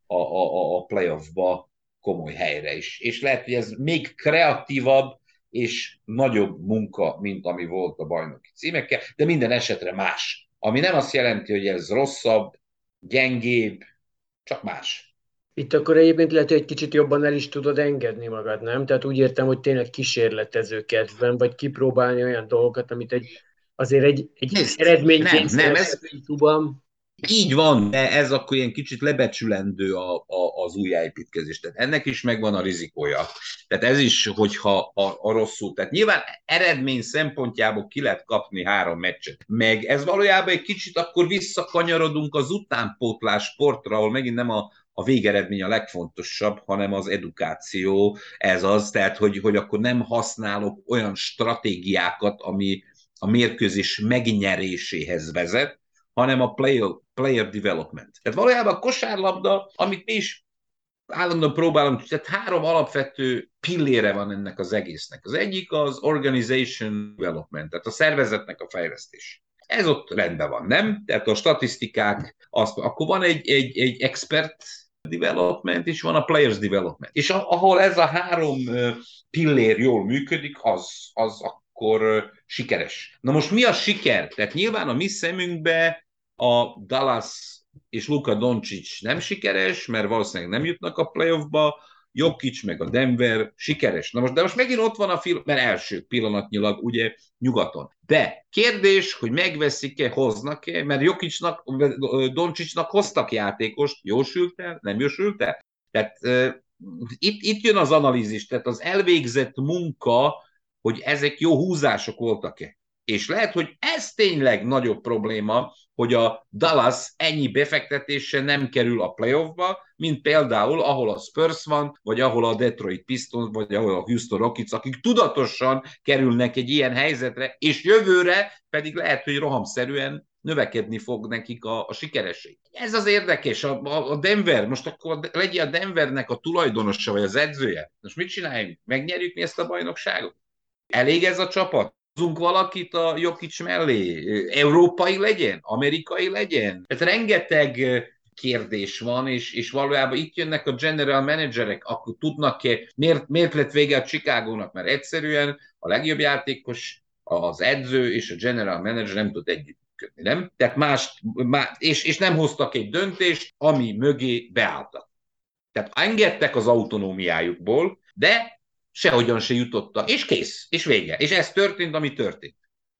[SPEAKER 5] a, a, a playoffba komoly helyre is. És lehet, hogy ez még kreatívabb és nagyobb munka, mint ami volt a bajnoki címekkel, de minden esetre más. Ami nem azt jelenti, hogy ez rosszabb, gyengébb, csak más.
[SPEAKER 4] Itt akkor egyébként lehet, hogy egy kicsit jobban el is tudod engedni magad, nem? Tehát úgy értem, hogy tényleg kísérletező kedvben, vagy kipróbálni olyan dolgokat, amit egy, azért egy, egy eredménykényszeres klubban.
[SPEAKER 5] Így van, de ez akkor ilyen kicsit lebecsülendő a, a, az újjáépítkezés. Tehát ennek is megvan a rizikója. Tehát ez is, hogyha a, a rosszul. Tehát nyilván eredmény szempontjából ki lehet kapni három meccset. Meg ez valójában egy kicsit akkor visszakanyarodunk az utánpótlás sportra, ahol megint nem a, a végeredmény a legfontosabb, hanem az edukáció. Ez az, tehát hogy, hogy akkor nem használok olyan stratégiákat, ami a mérkőzés megnyeréséhez vezet, hanem a player, player development. Tehát valójában a kosárlabda, amit mi is állandóan próbálunk, tehát három alapvető pillére van ennek az egésznek. Az egyik az organization development, tehát a szervezetnek a fejlesztés. Ez ott rendben van, nem? Tehát a statisztikák, azt, akkor van egy, egy, egy expert development, és van a players development. És ahol ez a három pillér jól működik, az, az akkor sikeres. Na most mi a siker? Tehát nyilván a mi szemünkben a Dallas és Luka Doncic nem sikeres, mert valószínűleg nem jutnak a playoffba, Jokic meg a Denver sikeres. Na most, de most megint ott van a film, mert első pillanatnyilag ugye nyugaton. De kérdés, hogy megveszik-e, hoznak-e, mert Jokicnak, Doncicnak hoztak játékost, jósült el, nem jósült el? Tehát uh, itt, itt jön az analízis, tehát az elvégzett munka, hogy ezek jó húzások voltak-e. És lehet, hogy ez tényleg nagyobb probléma, hogy a Dallas ennyi befektetése nem kerül a playoffba, mint például ahol a Spurs van, vagy ahol a Detroit Pistons, vagy ahol a Houston Rockets, akik tudatosan kerülnek egy ilyen helyzetre, és jövőre pedig lehet, hogy rohamszerűen növekedni fog nekik a, a sikeresség. Ez az érdekes, a, a Denver, most akkor legyen a Denvernek a tulajdonosa, vagy az edzője. Most mit csináljunk? Megnyerjük mi ezt a bajnokságot? Elég ez a csapat? Hozunk valakit a Jokic mellé? Európai legyen? Amerikai legyen? Tehát rengeteg kérdés van, és, és valójában itt jönnek a general managerek, akkor tudnak-e, miért, miért lett vége a Chicagónak? Mert egyszerűen a legjobb játékos, az edző és a general manager nem tud együttműködni, nem? Tehát más, más és, és nem hoztak egy döntést, ami mögé beálltak. Tehát engedtek az autonómiájukból, de sehogyan se jutottak, és kész, és vége. És ez történt, ami történt.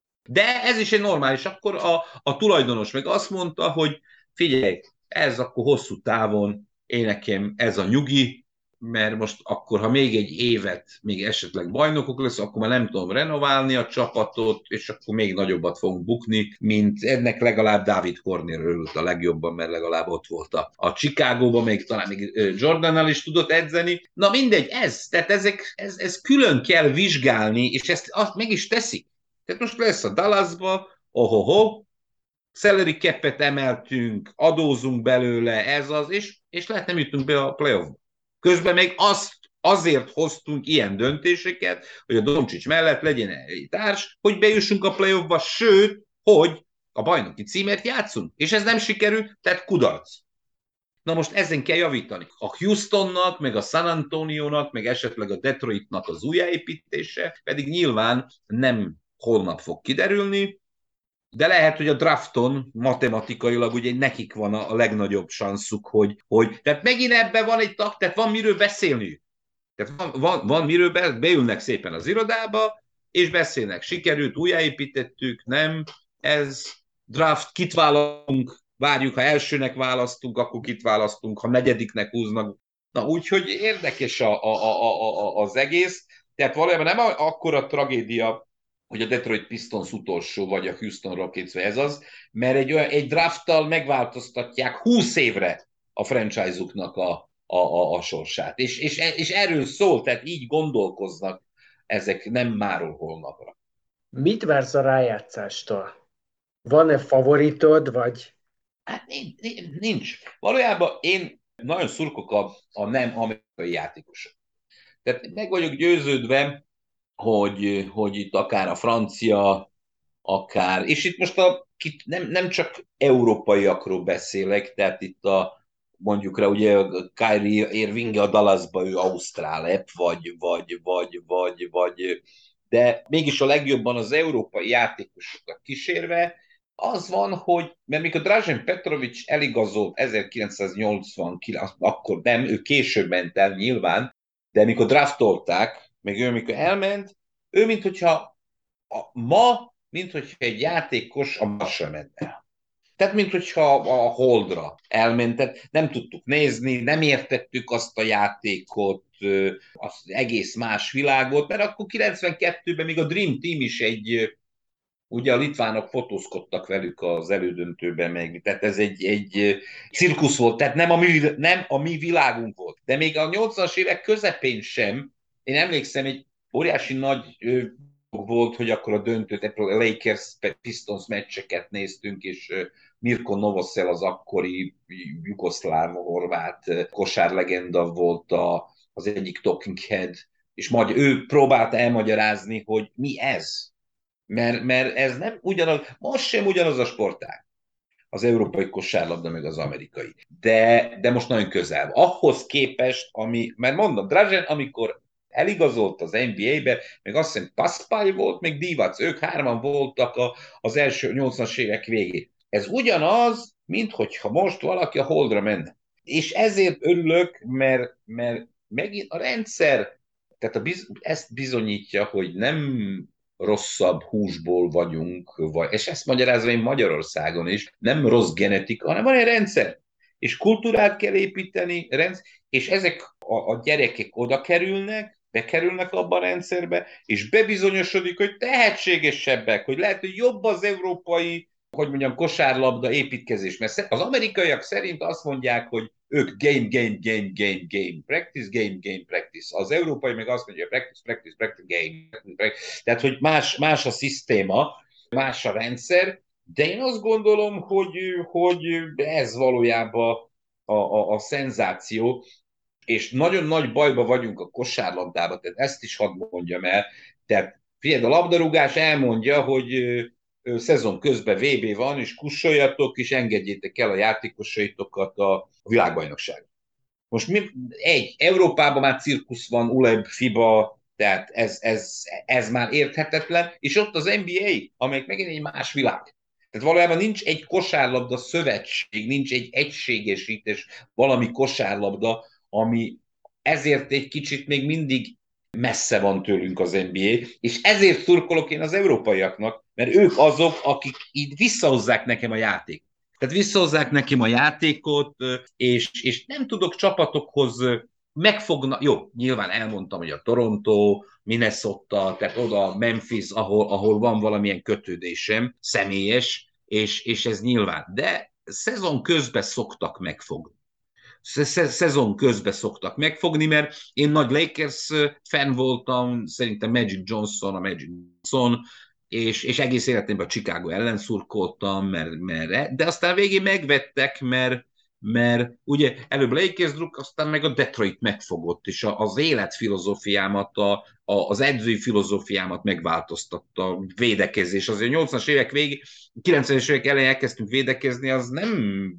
[SPEAKER 5] De ez is egy normális. Akkor a, a tulajdonos meg azt mondta, hogy figyelj, ez akkor hosszú távon, én nekem ez a nyugi, mert most akkor, ha még egy évet, még esetleg bajnokok lesz, akkor már nem tudom renoválni a csapatot, és akkor még nagyobbat fogunk bukni, mint ennek legalább David Cornier örült a legjobban, mert legalább ott volt a, a Chicagóban, még talán még Jordannal is tudott edzeni. Na mindegy, ez, tehát ezek, ez, ez külön kell vizsgálni, és ezt azt meg is teszik. Tehát most lesz a Dallasba, ohoho, salary cap-et emeltünk, adózunk belőle, ez az, és, és lehet nem jutunk be a playoffba. Közben még azt, azért hoztunk ilyen döntéseket, hogy a Doncic mellett legyen egy társ, hogy bejussunk a playoffba, sőt, hogy a bajnoki címért játszunk. És ez nem sikerül, tehát kudarc. Na most ezen kell javítani. A Houstonnak, meg a San Antonionak, meg esetleg a Detroitnak az újjáépítése, pedig nyilván nem holnap fog kiderülni, de lehet, hogy a drafton matematikailag ugye nekik van a legnagyobb sanszuk, hogy, hogy tehát megint ebben van egy tak, tehát van miről beszélni. Tehát van, van, van miről be, beülnek szépen az irodába, és beszélnek. Sikerült, újjáépítettük, nem, ez draft, kit választunk, várjuk, ha elsőnek választunk, akkor kit választunk, ha negyediknek húznak. Na úgyhogy érdekes a, a, a, a, az egész, tehát valójában nem akkora tragédia, hogy a Detroit Pistons utolsó, vagy a Houston Rockets, ez az, mert egy, olyan, egy drafttal megváltoztatják húsz évre a franchise-uknak a, a, a, a sorsát. És, és, és erről szól, tehát így gondolkoznak ezek nem máról holnapra.
[SPEAKER 4] Mit vársz a rájátszástól? Van-e favoritod, vagy?
[SPEAKER 5] Hát nincs. nincs. Valójában én nagyon szurkok a, a nem amerikai játékosok. Tehát meg vagyok győződve, Hogy, hogy itt akár a francia, akár, és itt most a, nem, nem csak európaiakról beszélek, tehát itt a mondjuk rá, ugye Kyrie Irving a Dallasba, ő ausztrál, vagy, vagy, vagy, vagy, vagy, de mégis a legjobban az európai játékosokat kísérve, az van, hogy, mert mikor Dražen Petrović eligazolt ezerkilencszáznyolcvankilenc, akkor nem, ő később ment el nyilván, de mikor draftolták, meg ő mikor elment, ő minthogyha a, ma, minthogyha egy játékos a Marsra ment el. Tehát, minthogyha a Holdra elmentett, nem tudtuk nézni, nem értettük azt a játékot, az egész más világot, mert akkor kilencvenkettőben még a Dream Team is egy, ugye a litvánok fotózkodtak velük az elődöntőben meg, tehát ez egy, egy cirkusz volt, tehát nem a, mi, nem a mi világunk volt. De még a nyolcvanas évek közepén sem, én emlékszem, egy óriási nagy volt, hogy akkor a döntőt, a Lakers Pistons meccseket néztünk, és Mirko Novosel az akkori jugoszláv-horvát kosárlegenda volt a, az egyik talking head, és majd ő próbálta elmagyarázni, hogy mi ez. Mert, mert ez nem ugyanaz, most sem ugyanaz a sportág. Az európai kosárlabda, meg az amerikai. De, de most nagyon közel. Ahhoz képest, ami, mert mondom, Dražen, amikor eligazolt az en bé á-be, meg azt hiszem Paspal volt, meg Divac, ők hárman voltak a, az első nyolcvanas évek végén. Ez ugyanaz, mint hogyha most valaki a Holdra menne. És ezért örülök, mert, mert megint a rendszer, tehát a biz, ezt bizonyítja, hogy nem rosszabb húsból vagyunk, vagy, és ezt magyarázom én Magyarországon is, nem rossz genetika, hanem van egy rendszer. És kultúrát kell építeni, rendszer, és ezek a, a gyerekek oda kerülnek, bekerülnek abba a rendszerbe, és bebizonyosodik, hogy tehetségesebbek, hogy lehet, hogy jobb az európai, hogy mondjam, kosárlabda építkezés. Mert az amerikaiak szerint azt mondják, hogy ők game, game, game, game, game, practice, game, game, practice. Az európai meg azt mondja, practice, practice, practice, game. Practice. Tehát, hogy más, más a szisztéma, más a rendszer, de én azt gondolom, hogy, hogy ez valójában a, a, a szenzáció, és nagyon nagy bajba vagyunk a kosárlabdában, tehát ezt is hadd mondjam el. Tehát figyelj, a labdarúgás elmondja, hogy szezon közben vé bé van, és kussoljatok, és engedjétek el a játékosaitokat a világbajnokságra. Most mi, egy, Európában már cirkusz van, u el e bé, FIBA, tehát ez, ez, ez már érthetetlen, és ott az en bé á, amelyik megint egy más világ. Tehát valójában nincs egy kosárlabda szövetség, nincs egy egységesítés, valami kosárlabda, ami ezért egy kicsit még mindig messze van tőlünk az en bé á, és ezért szurkolok én az európaiaknak, mert ők azok, akik így visszahozzák nekem a játékot. Tehát visszahozzák nekem a játékot, és, és nem tudok csapatokhoz megfogni. Jó, nyilván elmondtam, hogy a Toronto, Minnesota, tehát oda Memphis, ahol, ahol van valamilyen kötődésem, személyes, és, és ez nyilván. De szezon közben szoktak megfogni. Szezon közben szoktak megfogni, mert én nagy Lakers fan voltam, szerintem Magic Johnson a Magic Johnson, és, és egész életemben a Chicago ellen szurkoltam, mert, mert, de aztán végén megvettek, mert, mert ugye előbb Lakers druk, aztán meg a Detroit megfogott, és az életfilozófiámat, a, a, az edzői filozófiámat megváltoztatta a védekezés. Azért a nyolcvanas évek végén, kilencvenes évek elején elkezdtünk védekezni, az nem...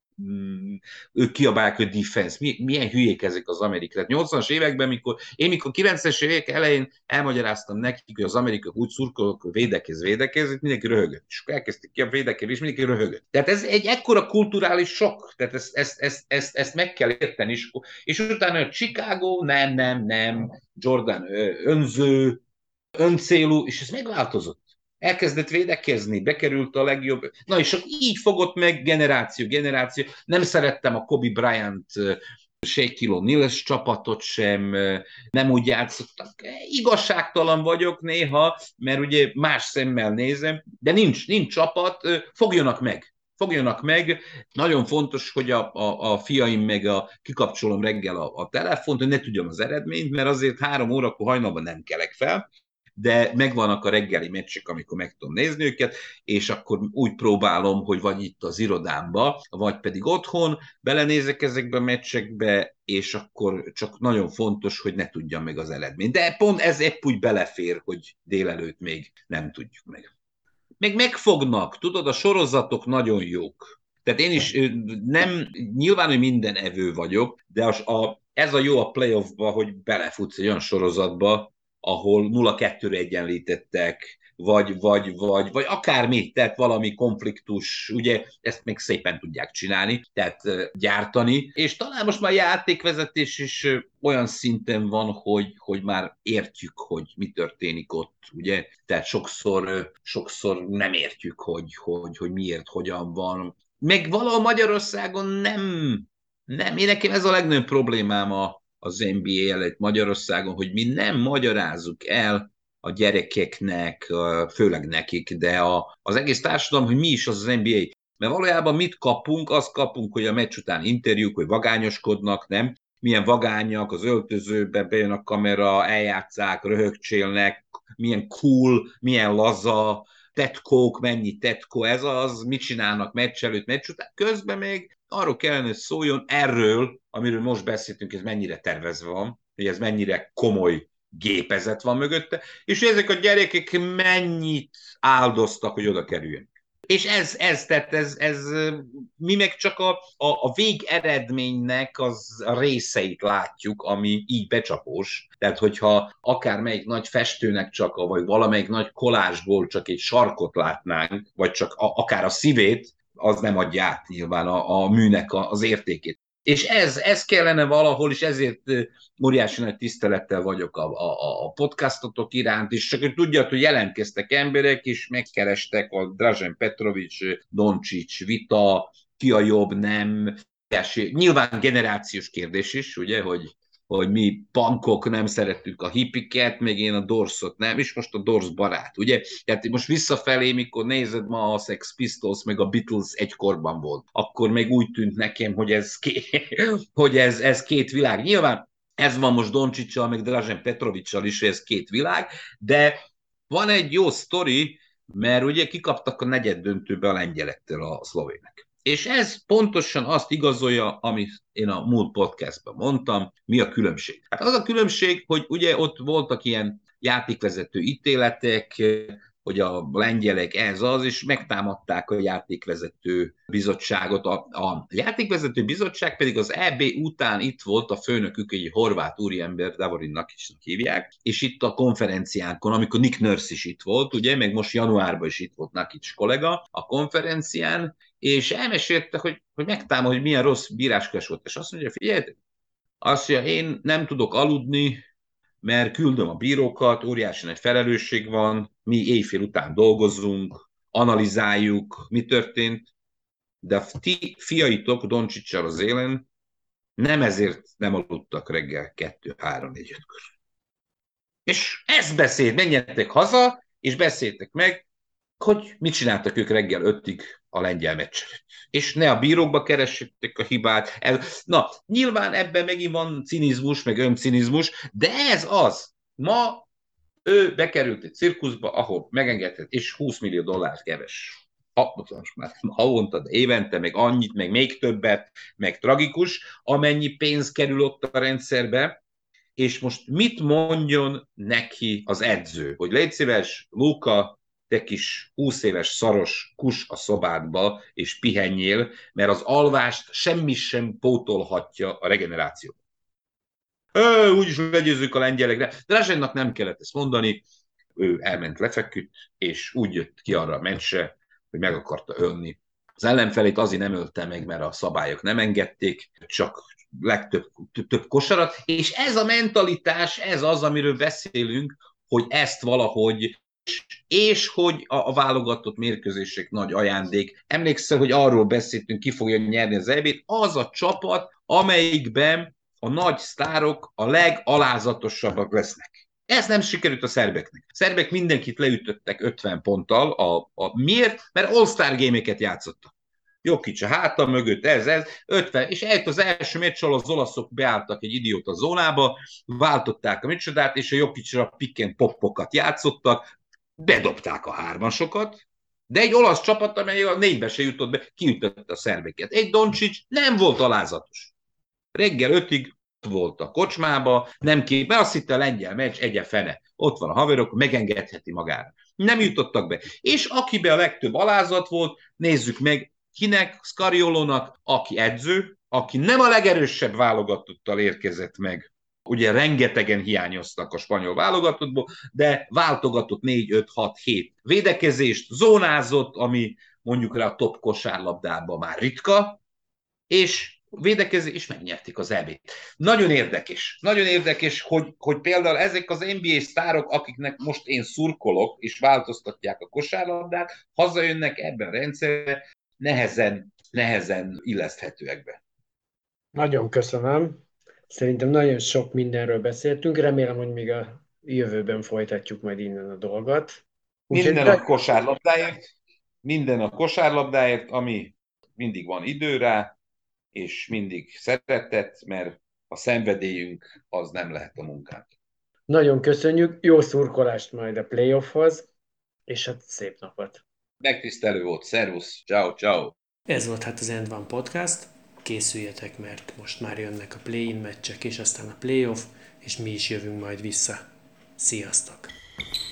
[SPEAKER 5] ők kiabálják, hogy defense. Milyen hülyék ezek az amerikai. nyolcvanas években, mikor én mikor kilencvenes évek elején elmagyaráztam nekik, hogy az amerikai úgy szurkolok, hogy védekez, védekez, mindenki röhögött. És akkor elkezdték ki a védekezés, és mindenki röhögött. Tehát ez egy ekkora kulturális sok. Tehát ezt, ezt, ezt, ezt, ezt meg kell érteni. És, és utána a Chicago, nem, nem, nem, Jordan önző, öncélú, és ez megváltozott. Elkezdett védekezni, bekerült a legjobb. Na és akkor így fogott meg generáció, generáció. Nem szerettem a Kobe Bryant, Shaquille O'Neal csapatot sem, nem úgy játszottak. Igazságtalan vagyok néha, mert ugye más szemmel nézem, de nincs, nincs csapat, fogjanak meg. Fogjanak meg. Nagyon fontos, hogy a, a, a fiaim meg a, kikapcsolom reggel a, a telefont, hogy ne tudjam az eredményt, mert azért három órakor hajnalban nem kelek fel, de megvannak a reggeli meccsek, amikor meg tudom nézni őket, és akkor úgy próbálom, hogy vagy itt az irodámba, vagy pedig otthon, belenézek ezekbe a meccsekbe, és akkor csak nagyon fontos, hogy ne tudjam meg az eredményt. De pont ez épp úgy belefér, hogy délelőtt még nem tudjuk meg. Meg megfognak, tudod, a sorozatok nagyon jók. Tehát én is nem, nyilván, hogy minden evő vagyok, de az, a, ez a jó a playoffba, hogy belefutsz egy olyan sorozatba, ahol nulla kettőre egyenlítettek, vagy, vagy, vagy, vagy akármi, tehát valami konfliktus, ugye ezt még szépen tudják csinálni, tehát gyártani, és talán most már játékvezetés is olyan szinten van, hogy, hogy már értjük, hogy mi történik ott, ugye, tehát sokszor, sokszor nem értjük, hogy, hogy, hogy miért, hogyan van. Meg valahol Magyarországon nem, nem, én nekem ez a legnagyobb problémám a, az en bé á előtt Magyarországon, hogy mi nem magyarázzuk el a gyerekeknek, főleg nekik, de a, az egész társadalom, hogy mi is az az en bé á. Mert valójában mit kapunk? Azt kapunk, hogy a meccs után interjúk, hogy vagányoskodnak, nem? Milyen vagányak, az öltözőbe bejön a kamera, eljátszák, röhögcsélnek, milyen cool, milyen laza, tetkók, mennyi tetkó, ez az, mit csinálnak meccs előtt, meccs után. Közben még arról kellene, hogy szóljon erről, amiről most beszéltünk, ez mennyire tervezve van, hogy ez mennyire komoly gépezet van mögötte, és ezek a gyerekek mennyit áldoztak, hogy oda kerüljenek. És ez, ez, tehát ez, ez, mi meg csak a, a, a végeredménynek az a részeit látjuk, ami így becsapós. Tehát, hogyha akármelyik nagy festőnek csak, a, vagy valamelyik nagy kolázsból csak egy sarkot látnánk, vagy csak a, akár a szívét, az nem adja át nyilván a, a műnek a, az értékét. És ez, ez kellene valahol, és ezért óriási nagy tisztelettel vagyok a, a, a podcastotok iránt, és csak hogy tudjad, hogy jelentkeztek emberek, és megkerestek a Dražen Petrović, Doncic vita, ki a jobb, nem. Nyilván generációs kérdés is, ugye, hogy, hogy mi punkok nem szerettük a hippiket, meg én a Dorsot nem, és most a Dors barát, ugye? Tehát most visszafelé, mikor nézed ma a Sex Pistols, meg a Beatles egykorban volt, akkor még úgy tűnt nekem, hogy ez, ké... hogy ez, ez két világ. Nyilván ez van most Doncsicsal, meg Dražen Petrovićsal is, hogy ez két világ, de van egy jó sztori, mert ugye kikaptak a negyed döntőbe a lengyelektől a szlovének. És ez pontosan azt igazolja, amit én a múlt podcastban mondtam, mi a különbség. Hát az a különbség, hogy ugye ott voltak ilyen játékvezető ítéletek, hogy a lengyelek ez az, és megtámadták a játékvezető bizottságot. A, a játékvezető bizottság pedig az é bé után itt volt a főnökük, egy horvát úriember, Davorin Nakicsnak hívják, és itt a konferenciánkon, amikor Nick Nurse is itt volt, ugye, meg most januárban is itt volt Nakics kollega a konferencián, és elmesélte, hogy, hogy megtámad, hogy milyen rossz bíráskodás volt, és azt mondja, figyeljetek, azt mondja, én nem tudok aludni, mert küldöm a bírókat, óriási nagy felelősség van, mi éjfél után dolgozunk, analizáljuk, mi történt, de a ti fiaitok Doncsicsal az élen nem ezért nem aludtak reggel kettő, három, négy, ötkor. És ezt beszélt, menjetek haza, és beszéltek meg, hogy mit csináltak ők reggel ötig a lengyel meccs előtt. És ne a bírókba keressétek a hibát. Na, nyilván ebben megint van cinizmus, meg öncinizmus, de ez az. Ma ő bekerült egy cirkuszba, ahol megengedhet, és húsz millió dollárt keres. Ha, most már havonta, de évente, meg annyit, meg még többet, meg tragikus, amennyi pénz kerül ott a rendszerbe, és most mit mondjon neki az edző? Hogy légy szíves, Luka, te kis húsz éves szaros kus a szobádba, és pihenjél, mert az alvást semmi sem pótolhatja a regenerációt. Úgyis legyőzzük a lengyelekre. Dražennak nem kellett ezt mondani, ő elment lefeküdt, és úgy jött ki arra a meccsre, hogy meg akarta ölni. Az ellenfelét azért nem ölte meg, mert a szabályok nem engedték, csak legtöbb több kosarat, és ez a mentalitás, ez az, amiről beszélünk, hogy ezt valahogy és hogy a, a válogatott mérkőzések nagy ajándék. Emlékszel, hogy arról beszéltünk, ki fogja nyerni az é bét, az a csapat, amelyikben a nagy sztárok a legalázatosabbak lesznek. Ez nem sikerült a szerbeknek. A szerbek mindenkit leütöttek ötven ponttal. A, a, miért? Mert All-Star gémeket játszottak. Jokic a háta mögött, ez, ez, ötven, és eljött az első meccsal az olaszok beálltak egy idióta zónába, váltották a meccsodát, és a Jokicra pick and popokat játszottak, bedobták a hármasokat, de egy olasz csapat, amely a négybe se jutott be, kiütötte a szerbeket. Egy Doncic nem volt alázatos. Reggel ötig volt a kocsmába, nem kép, mert azt hitte a lengyel meccs, egye fene. Ott van a haverok, megengedheti magára. Nem jutottak be. És akiben a legtöbb alázat volt, nézzük meg, Kinek? Scariolónak, aki edző, aki nem a legerősebb válogatottal érkezett meg. Ugye rengetegen hiányoztak a spanyol válogatottból, de váltogatott négy, öt, hat, hét védekezést, zónázott, ami mondjuk rá a top kosárlabdában már ritka, és védekezés, és megnyerték az é bét. Nagyon érdekes. Nagyon érdekes, hogy, hogy például ezek az en bé á sztárok, akiknek most én szurkolok, és változtatják a kosárlabdát, hazajönnek ebben a rendszerbe, nehezen, nehezen illeszthetőek be.
[SPEAKER 4] Nagyon köszönöm. Szerintem nagyon sok mindenről beszéltünk. Remélem, hogy még a jövőben folytatjuk majd innen a dolgot.
[SPEAKER 5] Úgyhogy minden a kosárlabdáért, minden a kosárlabdáért, ami mindig van idő rá, és mindig szeretett, mert a szenvedélyünk az nem lehet a munkánk.
[SPEAKER 4] Nagyon köszönjük, jó szurkolást majd a playoffhoz, és hát szép napot!
[SPEAKER 5] Megtisztelő volt, szervusz, ciao, ciao.
[SPEAKER 3] Ez volt hát az End One Podcast, készüljetek, mert most már jönnek a play-in meccsek, és aztán a playoff, és mi is jövünk majd vissza. Sziasztok!